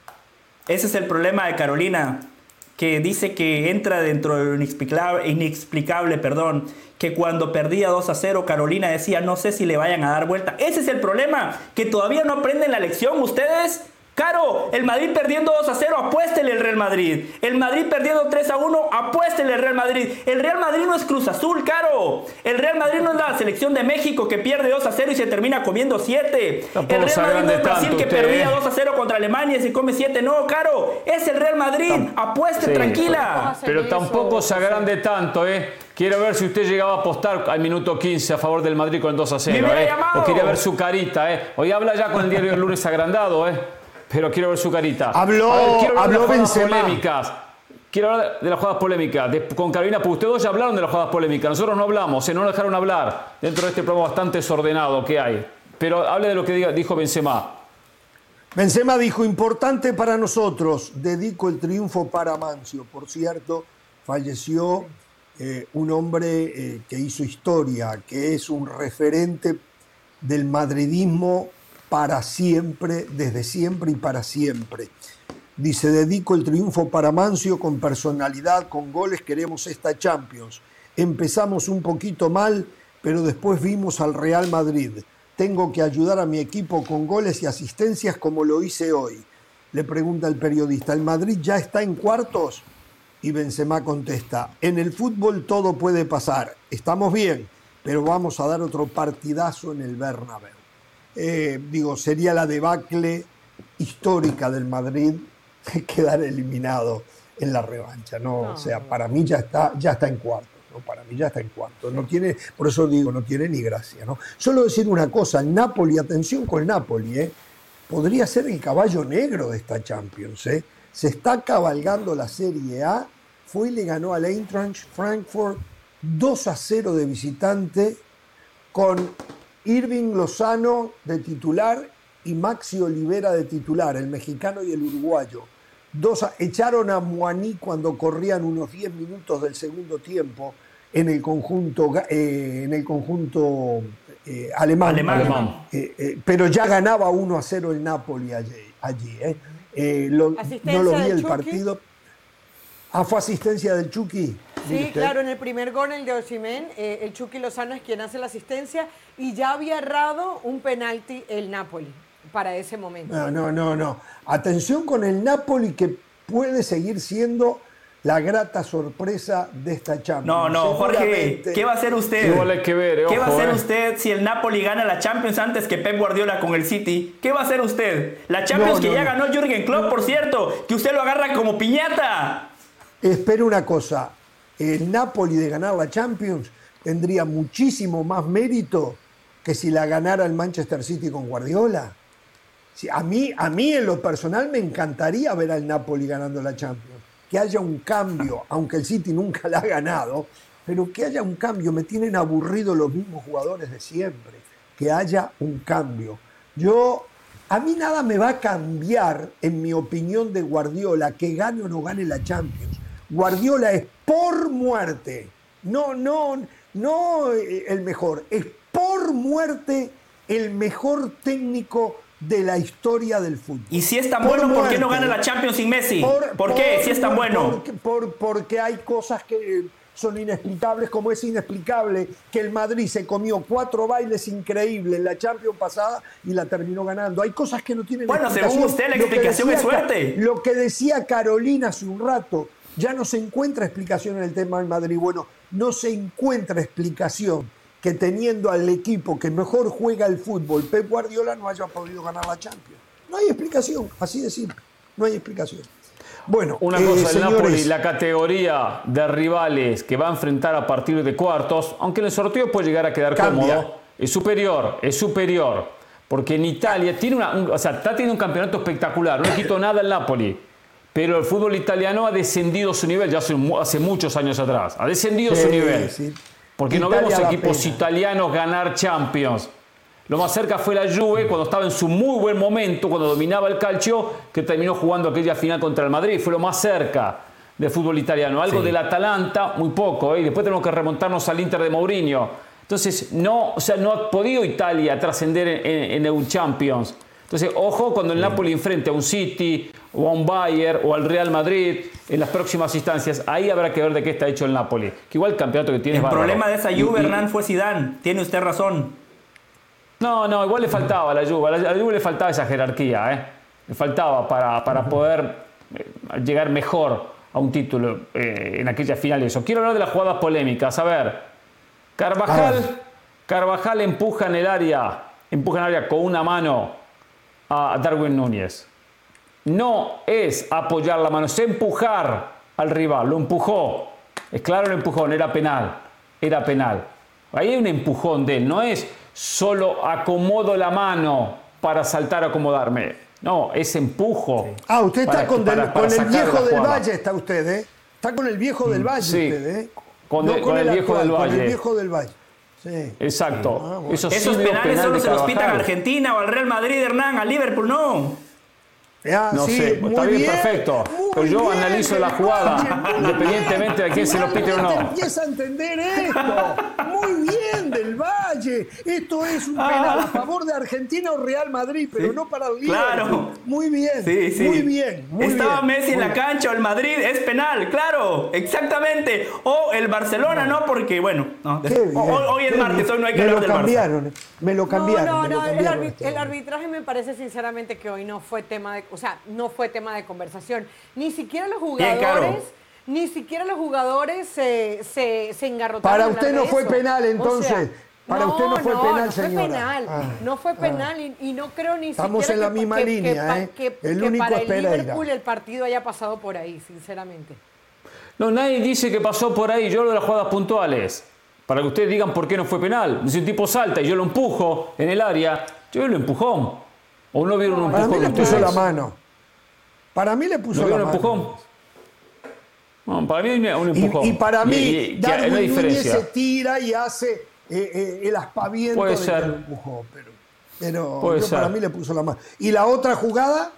Ese es el problema de Carolina, que dice que entra dentro de lo inexplicable, inexplicable, perdón, que cuando perdía dos a cero Carolina decía, no sé si le vayan a dar vuelta. Ese es el problema, que todavía no aprenden la lección ustedes. Caro, el Madrid perdiendo dos a cero, apuéstele el Real Madrid. El Madrid perdiendo tres a uno, apuéstele el Real Madrid. El Real Madrid no es Cruz Azul, Caro. El Real Madrid no es la selección de México que pierde dos a cero y se termina comiendo siete. Tampoco El Real se Madrid no agrande es Brasil tanto que usted, perdía ¿eh? dos a cero contra Alemania y se come siete. No, Caro, es el Real Madrid. Apueste Sí, tranquila. Pero tampoco se agrande tanto, ¿eh? Quiero ver si usted llegaba a apostar al minuto quince a favor del Madrid con el dos a cero, Me hubiera ¿eh? llamado. O quería ver su carita, ¿eh? Hoy habla ya con el diario El Lunes agrandado, ¿eh? Pero quiero ver su carita. Habló- A ver, quiero hablar habló de las jugadas Benzema. polémicas. Quiero hablar de las jugadas polémicas. De- con Carolina, pues ustedes dos ya hablaron de las jugadas polémicas. Nosotros no hablamos, ¿eh? No nos dejaron hablar dentro de este programa bastante desordenado que hay. Pero hable de lo que diga- dijo Benzema. Benzema dijo, importante para nosotros, dedico el triunfo para Mancio. Por cierto, falleció eh, un hombre eh, que hizo historia, que es un referente del madridismo para siempre, desde siempre y para siempre. Dice, dedico el triunfo para Mancio con personalidad, con goles, queremos esta Champions. Empezamos un poquito mal, pero después vimos al Real Madrid. Tengo que ayudar a mi equipo con goles y asistencias como lo hice hoy. Le pregunta el periodista, ¿el Madrid ya está en cuartos? Y Benzema contesta, en el fútbol todo puede pasar. Estamos bien, pero vamos a dar otro partidazo en el Bernabéu. Eh, digo, sería la debacle histórica del Madrid quedar eliminado en la revancha, ¿no? No. O sea, para mí ya está, ya está en cuartos, ¿no? Para mí ya está en cuartos. No tiene, por eso digo, no tiene ni gracia, ¿no? Solo decir una cosa, el Napoli, atención con el Napoli, ¿eh? Podría ser el caballo negro de esta Champions, ¿eh? Se está cabalgando la Serie A, fue y le ganó al Eintracht Frankfurt dos a cero de visitante con Irving Lozano de titular y Maxi Olivera de titular, el mexicano y el uruguayo. Dos a, echaron a Moaní cuando corrían unos diez minutos del segundo tiempo en el conjunto, eh, en el conjunto eh, alemán. Alemán. Alemán. Eh, eh, pero ya ganaba uno a cero el Napoli allí. allí eh. Eh, lo- Asistencia no lo vi del el Chucky. partido. Ah, fue asistencia del Chucky. Mire Sí, usted. claro, en el primer gol, el de Osimhen, eh, el Chucky Lozano es quien hace la asistencia y ya había errado un penalti el Napoli para ese momento. No, no, no, no. Atención con el Napoli que puede seguir siendo la grata sorpresa de esta Champions. No, no, Jorge, Seguramente- ¿qué va a hacer usted? Igual hay que ver, eh, ¿Qué va a ojo, hacer eh. usted si el Napoli gana la Champions antes que Pep Guardiola con el City? ¿Qué va a hacer usted? La Champions No, que no, ya no. ganó Jürgen Klopp, por cierto, que usted lo agarra como piñata. Espera una cosa, el Napoli de ganar la Champions tendría muchísimo más mérito que si la ganara el Manchester City con Guardiola. Sí, a, mí, a mí en lo personal me encantaría ver al Napoli ganando la Champions, que haya un cambio, aunque el City nunca la ha ganado, pero que haya un cambio, me tienen aburrido los mismos jugadores de siempre, que haya un cambio. Yo, a mí nada me va a cambiar, en mi opinión de Guardiola, que gane o no gane la Champions. Guardiola es por muerte, no, no, no el mejor, es por muerte el mejor técnico de la historia del fútbol. Y si es tan por bueno, muerte, ¿por qué no gana la Champions sin Messi? ¿Por, ¿Por qué? Por, si es tan bueno. Porque, por, porque hay cosas que son inexplicables, como es inexplicable que el Madrid se comió cuatro bailes increíbles en la Champions pasada y la terminó ganando. Hay cosas que no tienen bueno, explicación. Bueno, según usted la explicación es suerte. Lo que decía Carolina hace un rato, ya no se encuentra explicación en el tema del Madrid. Bueno, no se encuentra explicación que teniendo al equipo que mejor juega el fútbol, Pep Guardiola, no haya podido ganar la Champions. No hay explicación, así de simple. No hay explicación. Bueno, una eh, cosa, el señores, Napoli, la categoría de rivales que va a enfrentar a partir de cuartos, aunque en el sorteo puede llegar a quedar cambia. cómodo, es superior, es superior. Porque en Italia tiene una, un, o sea, está teniendo un campeonato espectacular, no le quito nada al Napoli. Pero el fútbol italiano ha descendido su nivel ya hace, hace muchos años atrás. Ha descendido sí, su nivel. Sí. Porque Italia no vemos equipos pena. italianos ganar Champions. Lo más cerca fue la Juve cuando estaba en su muy buen momento, cuando dominaba el calcio, que terminó jugando aquella final contra el Madrid. Fue lo más cerca del fútbol italiano. Algo sí. del Atalanta, muy poco. ¿eh? Y después tenemos que remontarnos al Inter de Mourinho. Entonces, no, o sea, no ha podido Italia trascender en, en, en el Champions. Entonces, ojo cuando el Napoli enfrente a un City o a un Bayern o al Real Madrid en las próximas instancias. Ahí habrá que ver de qué está hecho el Napoli. Que igual el campeonato que tiene el es El problema bárbaro. de esa Juve, y, Hernán, y, fue Zidane. Tiene usted razón. No, no, igual le faltaba a la Juve. A la Juve le faltaba esa jerarquía. ¿eh? Le faltaba para, para poder eh, llegar mejor a un título eh, en aquellas finales. O quiero hablar de las jugadas polémicas. A ver, Carvajal, Carvajal empuja en el área, empuja en el área con una mano a Darwin Núñez. No es apoyar la mano, es empujar al rival. Lo empujó. Es claro el empujón, era penal. Era penal. Ahí hay un empujón de él. No es solo acomodo la mano para saltar a acomodarme. No, es empujo. Sí. Ah, usted está para, con, del, para, para con el viejo del Valle, está usted, ¿eh? Está con el viejo del Valle, sí. usted, ¿eh? Con, no de, con, con el, el viejo actual, del Valle. Con el viejo del Valle. Sí. Exacto. Ah, bueno. Eso Esos sí, penales penal solo se los pitan a Argentina o al Real Madrid, Hernán, al Liverpool, no. Ah, no sí, sé, está bien, bien perfecto. Pero yo bien, analizo la jugada Valle, independientemente de quién se lo pite o no. Empieza a entender esto. Muy bien del Valle. Esto es un penal a favor de Argentina o Real Madrid, pero sí, no para el Liverpool. Claro. Muy bien. Sí, sí. Muy bien. Muy Estaba bien, Messi en la cancha o el Madrid, es penal, claro, exactamente. O el Barcelona, no, porque bueno, no, hoy, hoy es martes, hoy no hay que hablar del Barça. Me lo cambiaron. No, no, me lo no, cambiaron el, arbit el arbitraje me parece sinceramente que hoy no fue tema de, o sea, no fue tema de conversación. Ni siquiera los jugadores, claro. ni siquiera los jugadores se, se, se engarrotaron. Para usted no fue penal, entonces. O sea, para no, usted no fue no, penal, no fue señora. Penal, ah, no fue penal ah. y, y no creo ni Estamos siquiera en la que, misma que, línea, que, ¿eh? que, el que único para es el Pereira. Liverpool el partido haya pasado por ahí, sinceramente. No, nadie dice que pasó por ahí. Yo hablo de las jugadas puntuales. Para que ustedes digan por qué no fue penal. Si un tipo salta y yo lo empujo en el área, yo lo empujón. ¿O no vieron un Para empujón? Para mí le puso la mano. Para mí le puso ¿No la un mano. empujón? No, para mí un empujón. Y, y para mí, y, y, Darwin Núñez diferencia. se tira y hace eh, eh, el aspaviento Puede de ser. que lo empujó. Pero, pero Puede yo ser. para mí le puso la mano. ¿Y la otra jugada?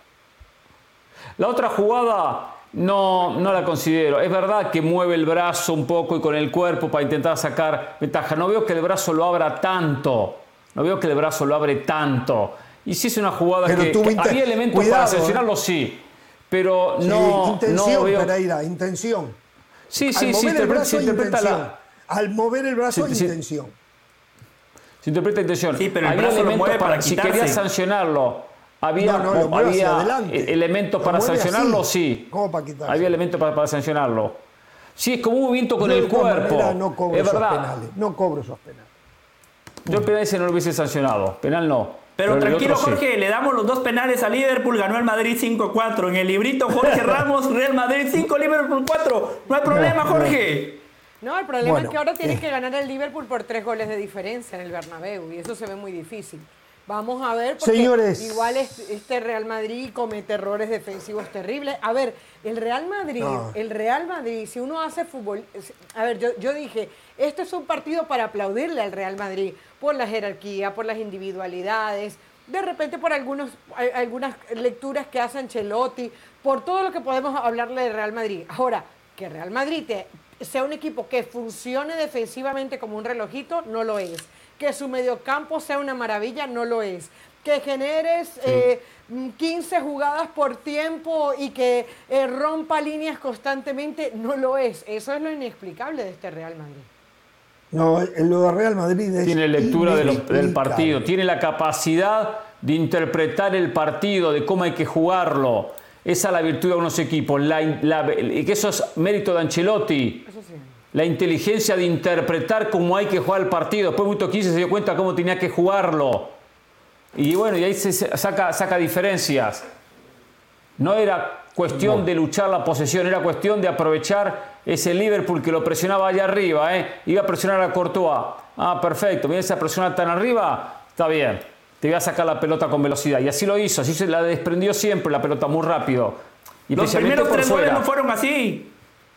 La otra jugada no, no la considero. Es verdad que mueve el brazo un poco y con el cuerpo para intentar sacar ventaja. No veo que el brazo lo abra tanto. No veo que el brazo lo abre tanto. Y si es una jugada pero que, que había elementos Cuidado, para sancionarlo, eh. sí. Pero no, sí, intención, no veo... Pereira, intención. Sí, sí, Al sí, mover el brazo, se interpreta la... Al mover el brazo, sí, sí. intención. Se interpreta intención. Sí, pero el había brazo lo mueve para, para si quería sancionarlo, había, no, no, había elementos lo para sancionarlo, así. sí. ¿Cómo para quitarse? Había elementos para, para sancionarlo. Sí, es como un movimiento con Yo el cuerpo. No cobro es esos verdad. penales. No cobro esos penales. Yo el penal ese no lo hubiese sancionado. Penal no. Pero, Pero tranquilo, otro, Jorge, sí. le damos los dos penales a Liverpool, ganó el Madrid cinco a cuatro. En el librito Jorge Ramos, Real Madrid cinco, Liverpool cuatro. No hay problema, Jorge. No, el problema bueno, es que ahora tiene eh. que ganar el Liverpool por tres goles de diferencia en el Bernabéu y eso se ve muy difícil. Vamos a ver, porque Señores. igual este Real Madrid comete errores defensivos terribles. A ver, el Real Madrid, no. el Real Madrid, si uno hace fútbol... A ver, yo, yo dije, esto es un partido para aplaudirle al Real Madrid por la jerarquía, por las individualidades, de repente por algunos, algunas lecturas que hace Ancelotti, por todo lo que podemos hablarle de Real Madrid. Ahora, que Real Madrid te, sea un equipo que funcione defensivamente como un relojito, no lo es. Que su mediocampo sea una maravilla, no lo es. que generes sí. eh, quince jugadas por tiempo y que eh, rompa líneas constantemente, no lo es. Eso es lo inexplicable de este Real Madrid. No, lo de Real Madrid es tiene lectura de los, del partido, tiene la capacidad de interpretar el partido, de cómo hay que jugarlo. Esa es la virtud de unos equipos, la, la, que eso es mérito de Ancelotti. Eso sí. La inteligencia de interpretar cómo hay que jugar el partido. Después Minuto quince se dio cuenta cómo tenía que jugarlo. Y bueno, y ahí se saca, saca diferencias. No era cuestión no. de luchar la posesión, era cuestión de aprovechar ese Liverpool que lo presionaba allá arriba. ¿eh? Iba a presionar a Courtois. Ah, perfecto. Mira esa presión tan arriba. Está bien. Te voy a sacar la pelota con velocidad. Y así lo hizo. Así se la desprendió siempre la pelota muy rápido. Y los primeros tres goles no fueron así.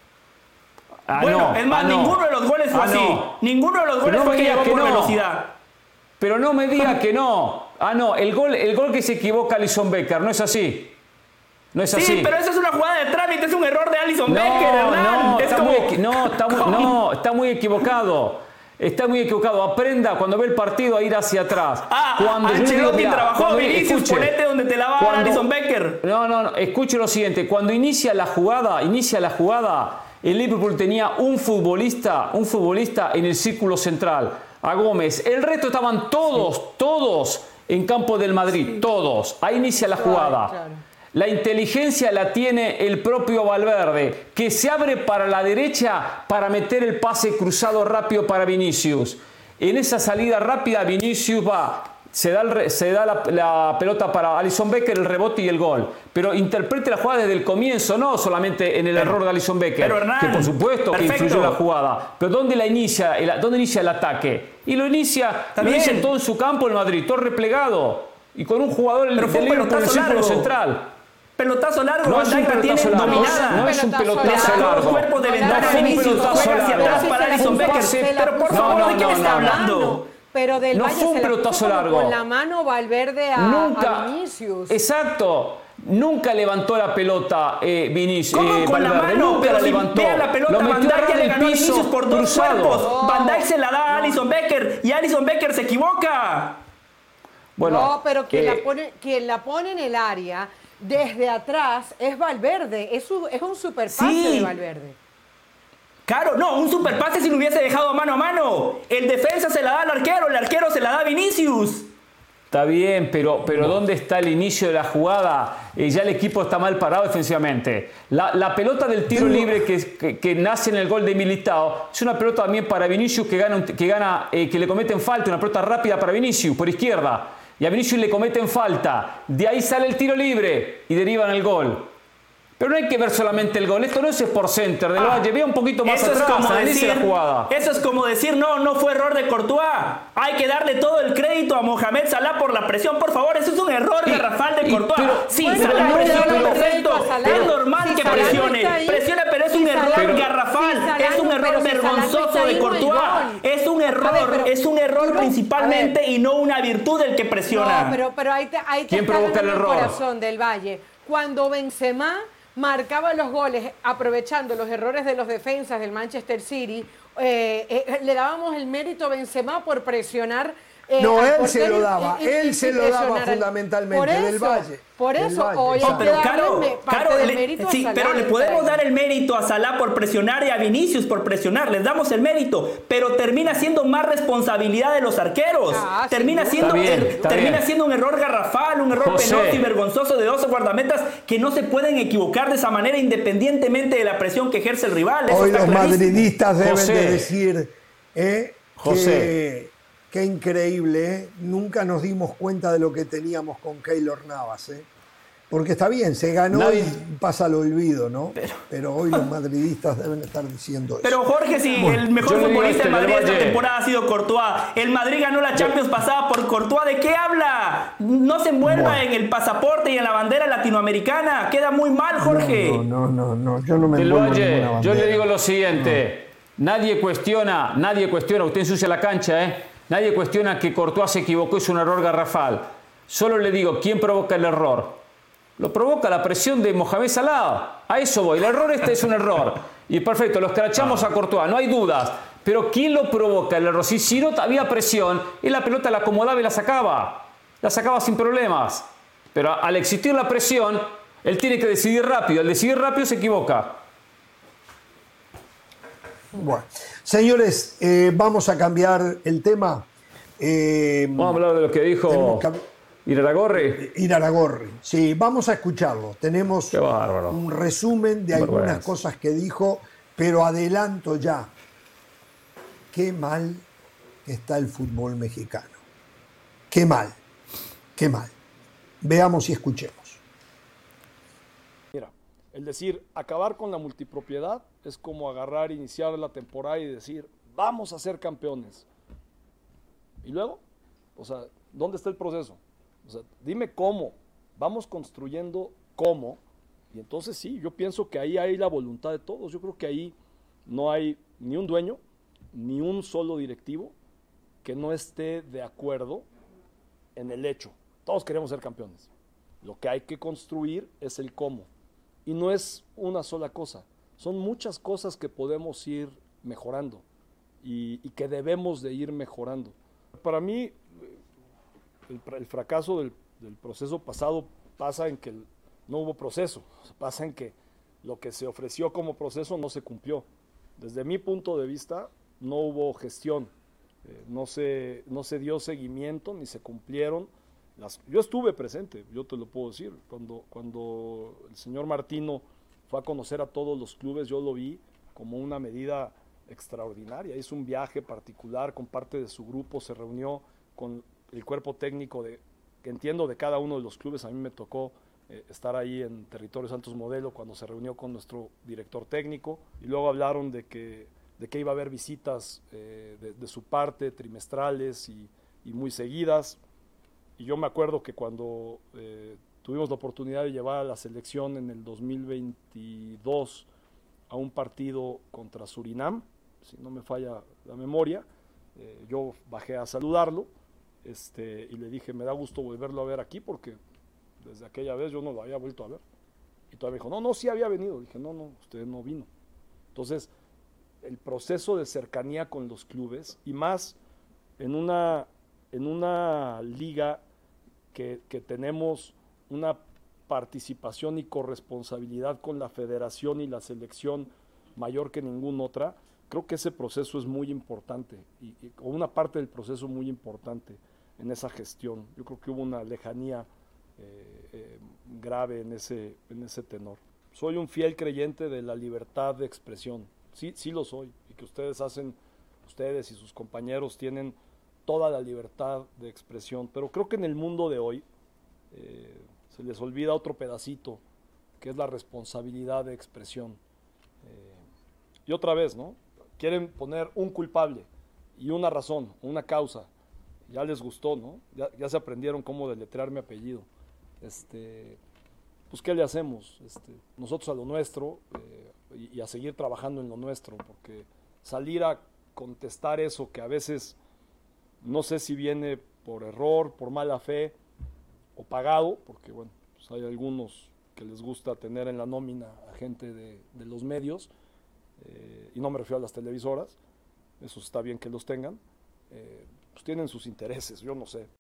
Ah, bueno, no, es más, ah, no. ninguno de los goles fue ah, así. No. Ninguno de los goles no fue que llegó por no. velocidad. Pero no me diga que no. Ah, no, el gol, el gol que se equivoca Alisson Becker, no es así. No es sí, así. pero eso es una jugada de trámite, es un error de Alisson no, Becker, Hernán. No, es está como... muy, no, está muy, no, está muy equivocado. Está muy equivocado. Aprenda cuando ve el partido a ir hacia atrás. Ah, cuando Ancelotti digo, trabajó, Vinicius, escuche, ponete donde te la va cuando, Alisson Becker. No, no, no, escuche lo siguiente. Cuando inicia la jugada, inicia la jugada, el Liverpool tenía un futbolista, un futbolista en el círculo central, a Gómez. El resto estaban todos, sí. todos en campo del Madrid, sí. todos. Ahí inicia la jugada. Claro. La inteligencia la tiene el propio Valverde, que se abre para la derecha para meter el pase cruzado rápido para Vinicius. En esa salida rápida, Vinicius va, se da, el, se da la, la pelota para Alisson Becker, el rebote y el gol. Pero interprete la jugada desde el comienzo, no solamente en el pero, error de Alisson Becker, pero Hernán, que por supuesto perfecto. que influyó la jugada. Pero ¿dónde, la inicia, el, ¿dónde inicia el ataque? Y lo inicia, lo inicia todo en su campo el Madrid, todo replegado. Y con un jugador en el círculo central. Pelotazo largo, no es un pelotazo largo, dominada. No, no es un pelotazo largo. Los cuerpos de ventaja de Vinicius, juega hacia atrás para Alisson Becker. Pero por favor, no, no, ¿de qué me está hablando? Pero del no Valle fue un pelotazo largo. Con la mano Valverde a, Nunca, a Vinicius. Exacto. Nunca levantó la pelota eh, Vinicius. ¿Cómo eh, con Valverde? la mano? Nunca Pero la si levantó. vea la pelota, Van Dijk ya le ganó a Vinicius por dos cruzado. cuerpos. Van Dijk se la da a Alisson Becker y Alisson Becker se equivoca. Bueno, no, pero quien, eh, la pone, quien la pone en el área desde atrás es Valverde. Es, un, es un superpase sí. de Valverde. Claro, no, un superpase si lo hubiese dejado mano a mano. El defensa se la da al arquero, el arquero se la da a Vinicius. Está bien, pero, pero ¿dónde está el inicio de la jugada? Eh, ya el equipo está mal parado defensivamente. La, la pelota del tiro libre que, que, que nace en el gol de Militao es una pelota también para Vinicius que gana, que, gana eh, que le cometen falta, una pelota rápida para Vinicius por izquierda. Y a Vinicius le cometen falta. De ahí sale el tiro libre y derivan el gol. Pero no hay que ver solamente el gol. Esto no es Sport Center del Valle. Vea un poquito más eso atrás. Es como decir, la jugada. Eso es como decir, no, no fue error de Courtois. Hay que darle todo el crédito a Mohamed Salah por la presión. Por favor, eso es un error y, garrafal de Courtois. Pero, sí, bueno, Salah no, presiona pero, perfecto. Es normal sí, que Salah presione. No ahí, presiona, pero es un error pero, garrafal. Sí, es un error vergonzoso no de Courtois. Es un error, ver, pero, es un error no, principalmente y no una virtud del que presiona. No, pero, pero ahí te, ahí te ¿Quién provoca el error? Corazón del Valle. Cuando Benzema marcaba los goles aprovechando los errores de los defensas del Manchester City, eh, eh, le dábamos el mérito a Benzema por presionar. Eh, no, él se lo daba, y, y, él y se lo daba fundamentalmente por eso, del Valle. Por eso, Valle, hoy hay que claro, darle parte claro, del le, mérito sí, a Salah. Pero le podemos dar el mérito a Salah por presionar y a Vinicius por presionar, les damos el mérito, pero termina siendo más responsabilidad de los arqueros. Ah, termina siendo, bien, er, termina bien. siendo un error garrafal, un error José. penoso y vergonzoso de dos guardametas que no se pueden equivocar de esa manera independientemente de la presión que ejerce el rival. Eso hoy está los clarísimo. madridistas deben José. de decir eh, José. que qué increíble, ¿eh? Nunca nos dimos cuenta de lo que teníamos con Keylor Navas, ¿eh? Porque está bien, se ganó Nadie. y pasa al olvido, ¿no? Pero, pero hoy los madridistas deben estar diciendo eso. Pero Jorge, si bueno, el mejor futbolista de Madrid esta temporada ha sido Courtois, el Madrid ganó la Champions yo. pasada por Courtois, ¿de qué habla? No se envuelva bueno. en el pasaporte y en la bandera latinoamericana, queda muy mal, Jorge. No, no, no, no, no. yo no me del envuelvo Valle, en ninguna bandera. Yo le digo lo siguiente, no. nadie cuestiona, nadie cuestiona, usted ensucia la cancha, ¿eh? Nadie cuestiona que Courtois se equivocó, es un error garrafal. Solo le digo, ¿quién provoca el error? Lo provoca la presión de Mohamed Salah. A eso voy. El error este es un error. Y perfecto, lo escrachamos a Courtois, no hay dudas. Pero ¿quién lo provoca el error? Si, si no había presión, él la pelota la acomodaba y la sacaba. la sacaba sin problemas. Pero al existir la presión, él tiene que decidir rápido. Al decidir rápido se equivoca. Bueno, señores, eh, vamos a cambiar el tema. Eh, vamos a hablar de lo que dijo Iraragorri. Iraragorri, sí, vamos a escucharlo. Tenemos Qué bárbaro. un resumen de Qué algunas vergüenza. cosas que dijo, pero adelanto ya. Qué mal está el fútbol mexicano. Qué mal, qué mal. Veamos y escuchemos. Mira, el decir acabar con la multipropiedad es como agarrar, iniciar la temporada y decir vamos a ser campeones. ¿Y luego? O sea, ¿dónde está el proceso? O sea, dime cómo. Vamos construyendo cómo. Y entonces sí, yo pienso que ahí hay la voluntad de todos. Yo creo que ahí no hay ni un dueño, ni un solo directivo que no esté de acuerdo en el hecho. Todos queremos ser campeones. Lo que hay que construir es el cómo. Y no es una sola cosa. Son muchas cosas que podemos ir mejorando y, y que debemos de ir mejorando. Para mí, el, el fracaso del, del proceso pasado pasa en que el, no hubo proceso. Pasa en que lo que se ofreció como proceso no se cumplió. Desde mi punto de vista, no hubo gestión. Eh, no, se, no se dio seguimiento ni se cumplieron. Las, yo estuve presente, yo te lo puedo decir, cuando, cuando el señor Martino fue a conocer a todos los clubes, yo lo vi como una medida extraordinaria. Hizo un viaje particular con parte de su grupo, se reunió con el cuerpo técnico de, que entiendo de cada uno de los clubes. A mí me tocó eh, estar ahí en Territorio Santos Modelo cuando se reunió con nuestro director técnico, y luego hablaron de que, de que iba a haber visitas eh, de, de su parte, trimestrales y, y muy seguidas. Y yo me acuerdo que cuando eh, tuvimos la oportunidad de llevar a la selección en el dos mil veintidós a un partido contra Surinam, si no me falla la memoria, eh, yo bajé a saludarlo este, y le dije, me da gusto volverlo a ver aquí porque desde aquella vez yo no lo había vuelto a ver. Y todavía me dijo, no, no, sí había venido. Dije, no, no, usted no vino. Entonces, el proceso de cercanía con los clubes, y más en una... en una liga que, que tenemos una participación y corresponsabilidad con la federación y la selección mayor que ninguna otra, creo que ese proceso es muy importante, y, y o una parte del proceso muy importante en esa gestión. Yo creo que hubo una lejanía eh, eh, grave en ese, en ese tenor. Soy un fiel creyente de la libertad de expresión, sí, sí lo soy, y que ustedes hacen, ustedes y sus compañeros tienen toda la libertad de expresión, pero creo que en el mundo de hoy eh, se les olvida otro pedacito, que es la responsabilidad de expresión. Eh, y otra vez, ¿no? Quieren poner un culpable y una razón, una causa. Ya les gustó, ¿no? Ya, ya se aprendieron cómo deletrear mi apellido. Este, pues, ¿qué le hacemos? Este, nosotros a lo nuestro eh, y, y a seguir trabajando en lo nuestro, porque salir a contestar eso que a veces... no sé si viene por error, por mala fe o pagado, porque bueno, pues hay algunos que les gusta tener en la nómina a gente de, de los medios, eh, y no me refiero a las televisoras, eso está bien que los tengan, eh, pues tienen sus intereses, yo no sé.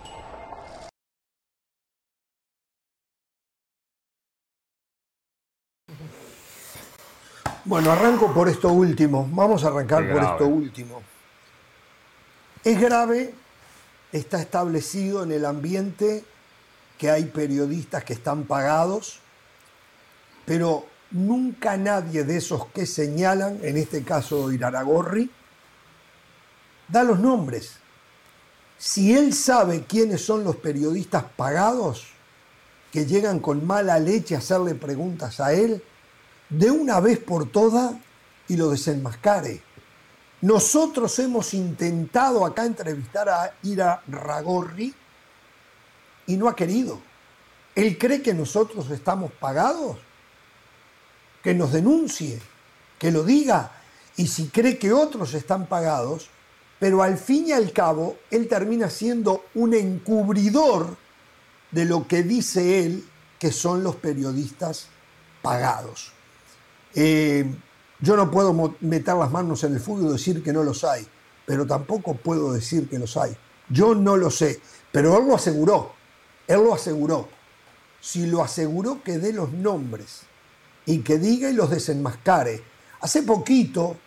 Bueno, arranco por esto último, vamos a arrancar Qué por grave. esto último. Es grave, está establecido en el ambiente que hay periodistas que están pagados, pero nunca nadie de esos que señalan, en este caso Iraragorri, da los nombres. Si él sabe quiénes son los periodistas pagados que llegan con mala leche a hacerle preguntas a él, de una vez por todas y lo desenmascare. Nosotros hemos intentado acá entrevistar a Iraragorri y no ha querido. ¿Él cree que nosotros estamos pagados? Que nos denuncie, que lo diga. Y si cree que otros están pagados, pero al fin y al cabo, él termina siendo un encubridor de lo que dice él que son los periodistas pagados. Eh, Yo no puedo meter las manos en el fuego y decir que no los hay, pero tampoco puedo decir que los hay. Yo no lo sé, Pero él lo aseguró, él lo aseguró. Si lo aseguró, que dé los nombres y que diga y los desenmascare. Hace poquito,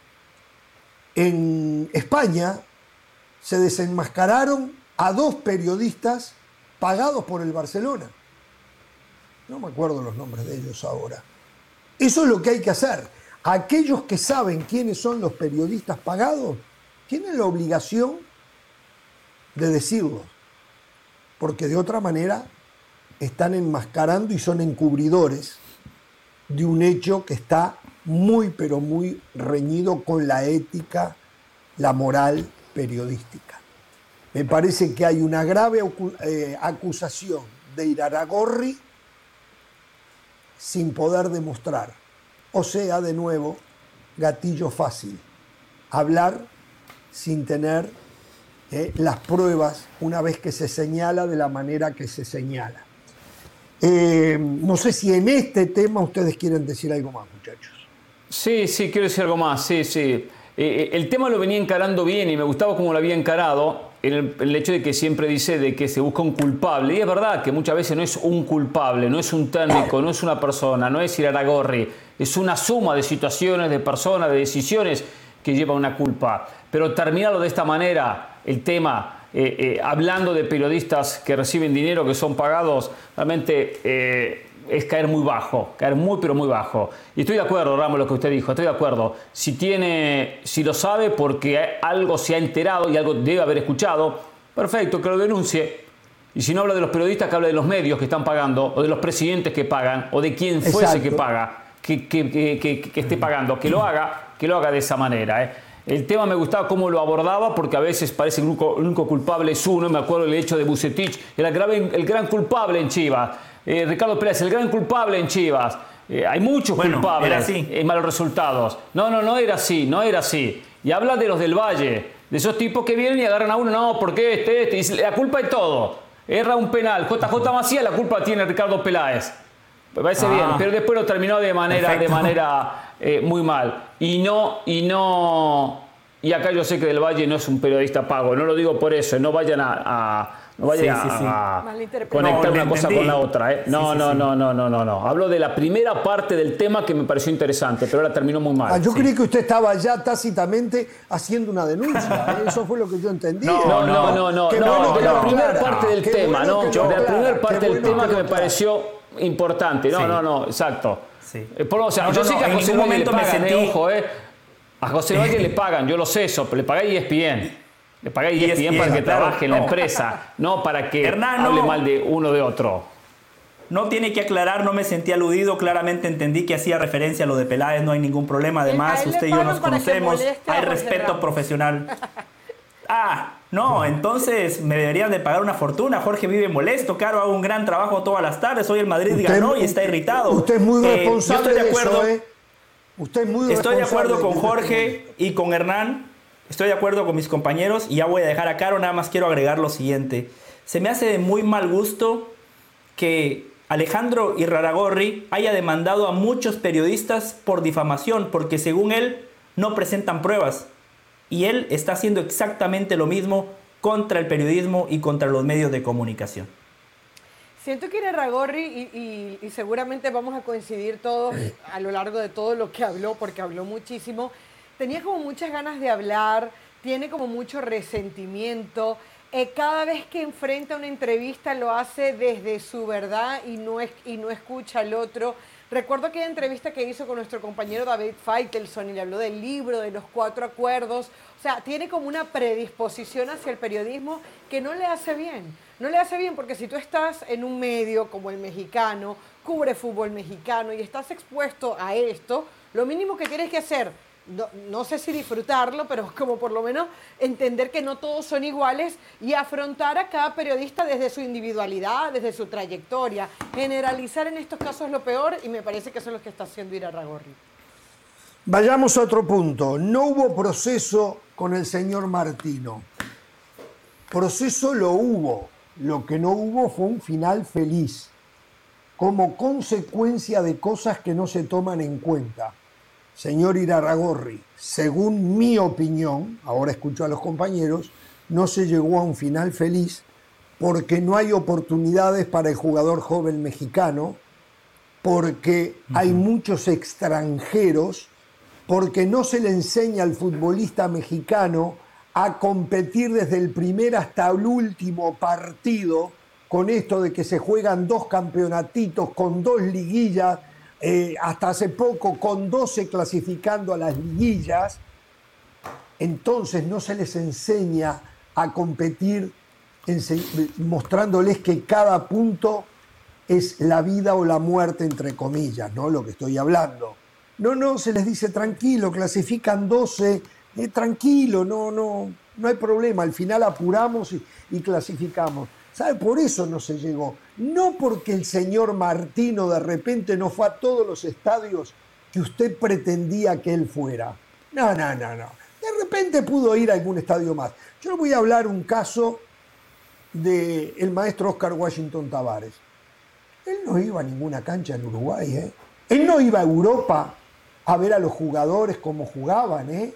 en España, se desenmascararon a dos periodistas pagados por el Barcelona. No me acuerdo los nombres de ellos ahora. Eso es lo que hay que hacer. Aquellos que saben quiénes son los periodistas pagados, tienen la obligación de decirlo. Porque de otra manera están enmascarando y son encubridores de un hecho que está muy, pero muy reñido con la ética, la moral periodística. Me parece que hay una grave eh, acusación de Iraragorri sin poder demostrar. O sea, de nuevo, gatillo fácil. Hablar sin tener eh, las pruebas una vez que se señala de la manera que se señala. Eh, no sé si en este tema ustedes quieren decir algo más, muchachos. Sí, sí, quiero decir algo más, sí, sí. Eh, el tema lo venía encarando bien y me gustaba cómo lo había encarado, el, el hecho de que siempre dice de que se busca un culpable. Y es verdad que muchas veces no es un culpable, no es un técnico, no es una persona, no es Iraragorri. Es una suma de situaciones, de personas, de decisiones que llevan una culpa. Pero terminarlo de esta manera, el tema... Eh, eh, hablando de periodistas que reciben dinero, que son pagados, realmente eh, es caer muy bajo, caer muy pero muy bajo. Y estoy de acuerdo, Ramos, lo que usted dijo, estoy de acuerdo. Si tiene, si lo sabe porque algo se ha enterado y algo debe haber escuchado, perfecto, que lo denuncie. Y si no habla de los periodistas, que hable de los medios que están pagando, o de los presidentes que pagan, o de quien fuese Exacto. que paga, que, que, que, que, que esté pagando, que lo haga, que lo haga de esa manera, ¿eh? El tema me gustaba cómo lo abordaba, porque a veces parece que el único, el único culpable es uno. Me acuerdo del hecho de Vucetich, el, grave, el gran culpable en Chivas. Eh, Ricardo Pérez, el gran culpable en Chivas. Eh, hay muchos bueno, culpables en malos resultados. No, no, no era así, no era así. Y habla de los del Valle, de esos tipos que vienen y agarran a uno, no, porque este, este, y la culpa es todo. Erra un penal, J J Macías, la culpa tiene Ricardo Peláez. Me parece ah, bien, pero después lo terminó de manera, de manera eh, muy mal. Y no, y no, y acá yo sé que Del Valle no es un periodista pago, no lo digo por eso, no vayan a, a no vayan sí, sí, sí. a, a conectar no, una cosa con la otra. ¿eh? No, sí, sí, no, sí. no, no, no, no, no. Hablo de la primera parte del tema que me pareció interesante, pero ahora terminó muy mal. Ah, yo sí. creí que usted estaba ya tácitamente haciendo una denuncia, ¿eh? Eso fue lo que yo entendí. No, no, no, no, no, no, no de la primera parte del Qué tema, bueno ¿no? De la primera parte del bueno tema que, que me pareció importante. No, sí. no, no, exacto. Sí. Eh, por, o sea, no, yo no, sé que a José Valle le pagan, me sentí... eh, ojo, eh. A José Valle le pagan, yo lo sé eso, pero le pagué a E S P N. Le pagué a E S P N para que claro, trabaje en la no. empresa, no para que Hernán, hable no. mal de uno de otro. No tiene que aclarar, no me sentí aludido, claramente entendí que hacía referencia a lo de Peláez, no hay ningún problema. Además, usted y yo nos conocemos, hay respeto profesional. Ah, no, entonces me deberían de pagar una fortuna. Jorge vive molesto, claro, hago un gran trabajo todas las tardes. Hoy el Madrid usted, ganó y está irritado. Usted es muy responsable eh, yo estoy de acuerdo, de eso, ¿eh? Usted es muy Estoy de acuerdo con de Jorge y con Hernán. Estoy de acuerdo con mis compañeros y ya voy a dejar a Caro, nada más quiero agregar lo siguiente. Se me hace de muy mal gusto que Alejandro Iraragorri haya demandado a muchos periodistas por difamación, porque según él no presentan pruebas. Y él está haciendo exactamente lo mismo contra el periodismo y contra los medios de comunicación. Siento que Iraragorri, y, y, y seguramente vamos a coincidir todos a lo largo de todo lo que habló, porque habló muchísimo, tenía como muchas ganas de hablar, tiene como mucho resentimiento. Eh, cada vez que enfrenta una entrevista lo hace desde su verdad y no, es, y no escucha al otro. Recuerdo aquella entrevista que hizo con nuestro compañero David Faitelson y le habló del libro, de los cuatro acuerdos. O sea, tiene como una predisposición hacia el periodismo que no le hace bien. No le hace bien porque si tú estás en un medio como el mexicano, cubre fútbol mexicano y estás expuesto a esto, lo mínimo que tienes que hacer, no, no sé si disfrutarlo, pero como por lo menos entender que no todos son iguales y afrontar a cada periodista desde su individualidad, desde su trayectoria. Generalizar en estos casos es lo peor y me parece que eso es lo que está haciendo Iraragorri. Vayamos a otro punto. No hubo proceso con el señor Martino. Proceso lo hubo. Lo que no hubo fue un final feliz, como consecuencia de cosas que no se toman en cuenta. Señor Iraragorri, según mi opinión, ahora escucho a los compañeros, no se llegó a un final feliz porque no hay oportunidades para el jugador joven mexicano, porque uh-huh. hay muchos extranjeros, porque no se le enseña al futbolista mexicano a competir desde el primer hasta el último partido, con esto de que se juegan dos campeonatitos con dos liguillas, eh, hasta hace poco con doce clasificando a las liguillas. Entonces no se les enseña a competir mostrándoles que cada punto es la vida o la muerte, entre comillas, ¿no? Lo que estoy hablando. No, no, se les dice tranquilo, clasifican doce, eh, tranquilo, no, no, no hay problema, al final apuramos y, y clasificamos. ¿Sabe? Por eso no se llegó. No porque el señor Martino de repente no fue a todos los estadios que usted pretendía que él fuera. No, no, no, no. De repente pudo ir a algún estadio más. Yo le voy a hablar un caso del maestro Oscar Washington Tabárez. Él no iba a ninguna cancha en Uruguay, ¿eh? Él no iba a Europa a ver a los jugadores cómo jugaban, ¿eh?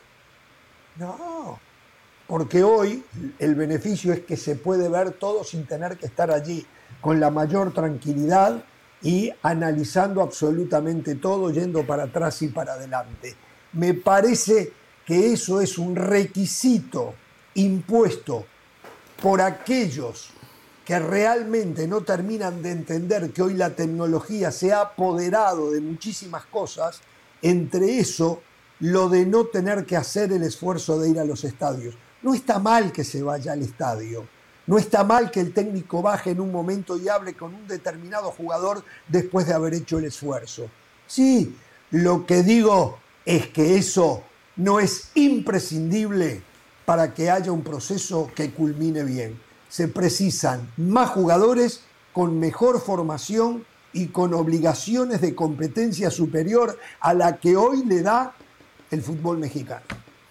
No, porque hoy el beneficio es que se puede ver todo sin tener que estar allí, con la mayor tranquilidad y analizando absolutamente todo, yendo para atrás y para adelante. Me parece que eso es un requisito impuesto por aquellos que realmente no terminan de entender que hoy la tecnología se ha apoderado de muchísimas cosas, entre eso lo de no tener que hacer el esfuerzo de ir a los estadios. No está mal que se vaya al estadio, no está mal que el técnico baje en un momento y hable con un determinado jugador después de haber hecho el esfuerzo. Sí, lo que digo es que eso no es imprescindible para que haya un proceso que culmine bien. Se precisan más jugadores con mejor formación y con obligaciones de competencia superior a la que hoy le da el fútbol mexicano.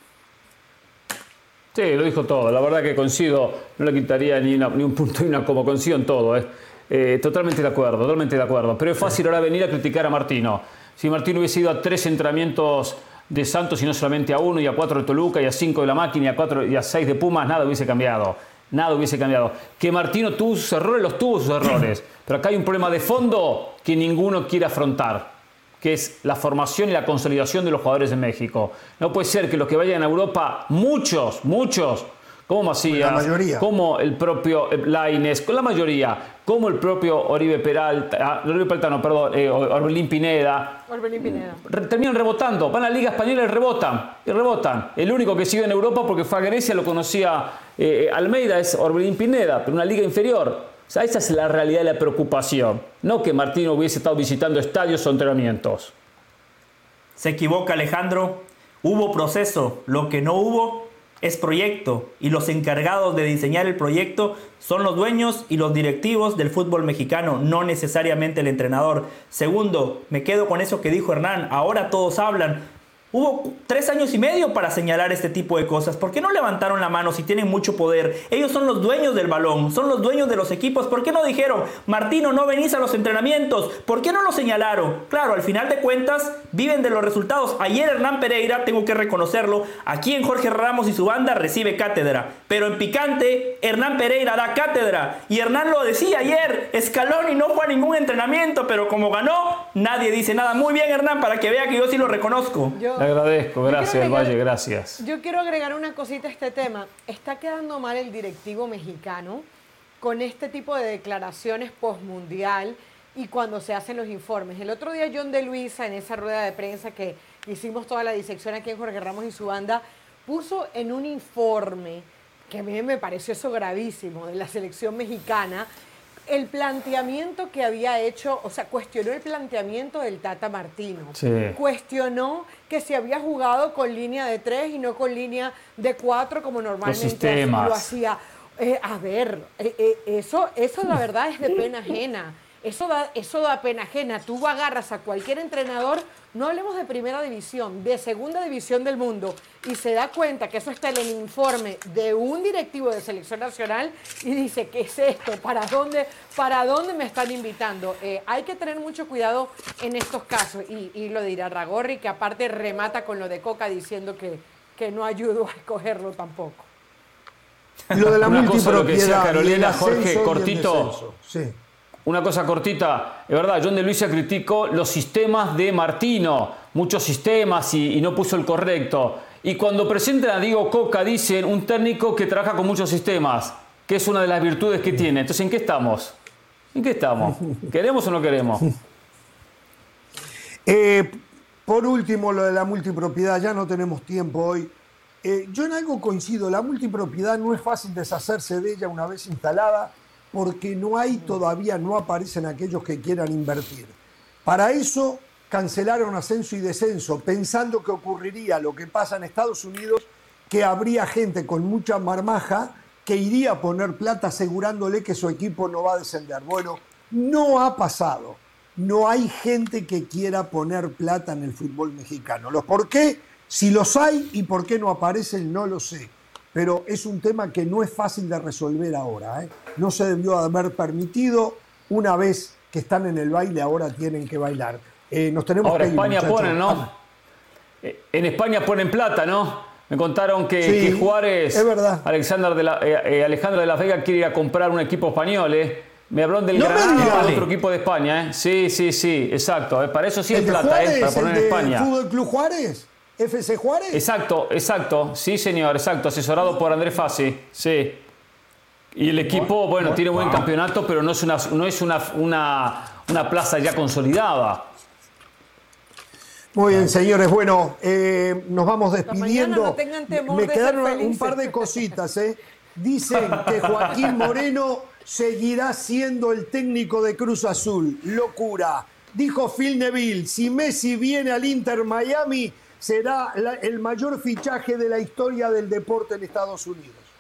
Sí, lo dijo todo. La verdad que coincido, no le quitaría ni, una, ni un punto ni una coma, coincido en todo. ¿eh? Eh, totalmente de acuerdo, totalmente de acuerdo. Pero es fácil ahora venir a criticar a Martino. Si Martino hubiese ido a tres entrenamientos de Santos y no solamente a uno, y a cuatro de Toluca, y a cinco de la Máquina, y a, cuatro, y a seis de Pumas, nada hubiese cambiado. Nada hubiese cambiado. Que Martino tuvo sus errores, los tuvo sus errores. Pero acá hay un problema de fondo que ninguno quiere afrontar, que es la formación y la consolidación de los jugadores de México. No puede ser que los que vayan a Europa, muchos, muchos, como Macías, la mayoría. como el propio Lainez, con la mayoría, como el propio Oribe Peralta, Oribe Peralta no, perdón, eh, Orbelín Pineda, Orbelín Pineda. Re, terminan rebotando, van a la Liga Española y rebotan, y rebotan. El único que sigue en Europa porque fue a Grecia, lo conocía eh, Almeida, es Orbelín Pineda, pero una liga inferior. O sea, esa es la realidad y la preocupación, no que Martino hubiese estado visitando estadios o entrenamientos. Se equivoca Alejandro, hubo proceso, lo que no hubo es proyecto, y los encargados de diseñar el proyecto son los dueños y los directivos del fútbol mexicano, no necesariamente el entrenador. Segundo, me quedo con eso que dijo Hernán, ahora todos hablan. Hubo tres años y medio para señalar este tipo de cosas. ¿Por qué no levantaron la mano si tienen mucho poder? Ellos son los dueños del balón, son los dueños de los equipos. ¿Por qué no dijeron, Martino, no venís a los entrenamientos? ¿Por qué no lo señalaron? Claro, al final de cuentas, viven de los resultados. Ayer Hernán Pereira, tengo que reconocerlo, aquí en Jorge Ramos y su banda recibe cátedra. Pero en picante, Hernán Pereira da cátedra. Y Hernán lo decía ayer, Scaloni no fue a ningún entrenamiento, pero como ganó, nadie dice nada. Muy bien, Hernán, para que vea que yo sí lo reconozco. Yo... Le agradezco, gracias, agregar, Valle, gracias. Yo quiero agregar una cosita a este tema. Está quedando mal el directivo mexicano con este tipo de declaraciones postmundial y cuando se hacen los informes. El otro día John de Luisa, en esa rueda de prensa que hicimos toda la disección aquí en Jorge Ramos y su banda, puso en un informe, que a mí me pareció eso gravísimo, de la selección mexicana, el planteamiento que había hecho, o sea, cuestionó el planteamiento del Tata Martino. Sí. Cuestionó que se había jugado con línea de tres y no con línea de cuatro como normalmente lo hacía. Eh, a ver, eh, eh, eso, eso la verdad es de pena ajena. Eso da, eso da pena ajena. Tú agarras a cualquier entrenador, no hablemos de primera división, de segunda división del mundo, y se da cuenta que eso está en el informe de un directivo de selección nacional y dice, ¿qué es esto? ¿Para dónde, para dónde me están invitando? Eh, hay que tener mucho cuidado en estos casos. Y, y lo dirá Ragorri, que aparte remata con lo de Coca diciendo que, que no ayudó a escogerlo tampoco. Lo de la Una cosa lo que decía multipropiedad. Carolina, Jorge, cortito. Sí. Una cosa cortita, es verdad, John de Luisa criticó los sistemas de Martino, muchos sistemas y, y no puso el correcto. Y cuando presentan a Diego Coca dicen un técnico que trabaja con muchos sistemas, que es una de las virtudes que tiene. Entonces, ¿en qué estamos? ¿En qué estamos? ¿Queremos o no queremos? Eh, por último, lo de la multipropiedad, ya no tenemos tiempo hoy. Eh, yo en algo coincido, la multipropiedad no es fácil deshacerse de ella una vez instalada, porque no hay todavía, no aparecen aquellos que quieran invertir. Para eso cancelaron ascenso y descenso, pensando que ocurriría lo que pasa en Estados Unidos, que habría gente con mucha marmaja que iría a poner plata asegurándole que su equipo no va a descender. Bueno, no ha pasado. No hay gente que quiera poner plata en el fútbol mexicano. ¿Los por qué? Si los hay y por qué no aparecen, no lo sé. Pero es un tema que no es fácil de resolver ahora, ¿eh? No se debió haber permitido. Una vez que están en el baile, ahora tienen que bailar. Eh, nos tenemos Ahora que ir, España muchachos. ponen, ¿no? En España ponen plata, ¿no? Me contaron que, Sí, que Juárez, es verdad. Alexander de la, eh, eh, Alejandro de la Vega quiere ir a comprar un equipo español, ¿eh? Me hablaron del No me Granada, digas. otro equipo de España, ¿eh? Sí, sí, sí, exacto. eh, Para eso sí es ¿El de plata, Juárez, ¿eh? Para poner el en de España. Fútbol Club Juárez? ¿F C Juárez? Exacto, exacto. Sí, señor, exacto. Asesorado por Andrés Fassi. Sí. Y el equipo, bueno, tiene buen campeonato, pero no es una, no es una, una, una plaza ya consolidada. Muy bien, señores. Bueno, eh, nos vamos despidiendo. no tengan temor Me de quedaron ser un felices. par de cositas. ¿eh? Dicen que Joaquín Moreno seguirá siendo el técnico de Cruz Azul. Locura. Dijo Phil Neville, si Messi viene al Inter Miami, será la- el mayor fichaje de la historia del deporte en Estados Unidos.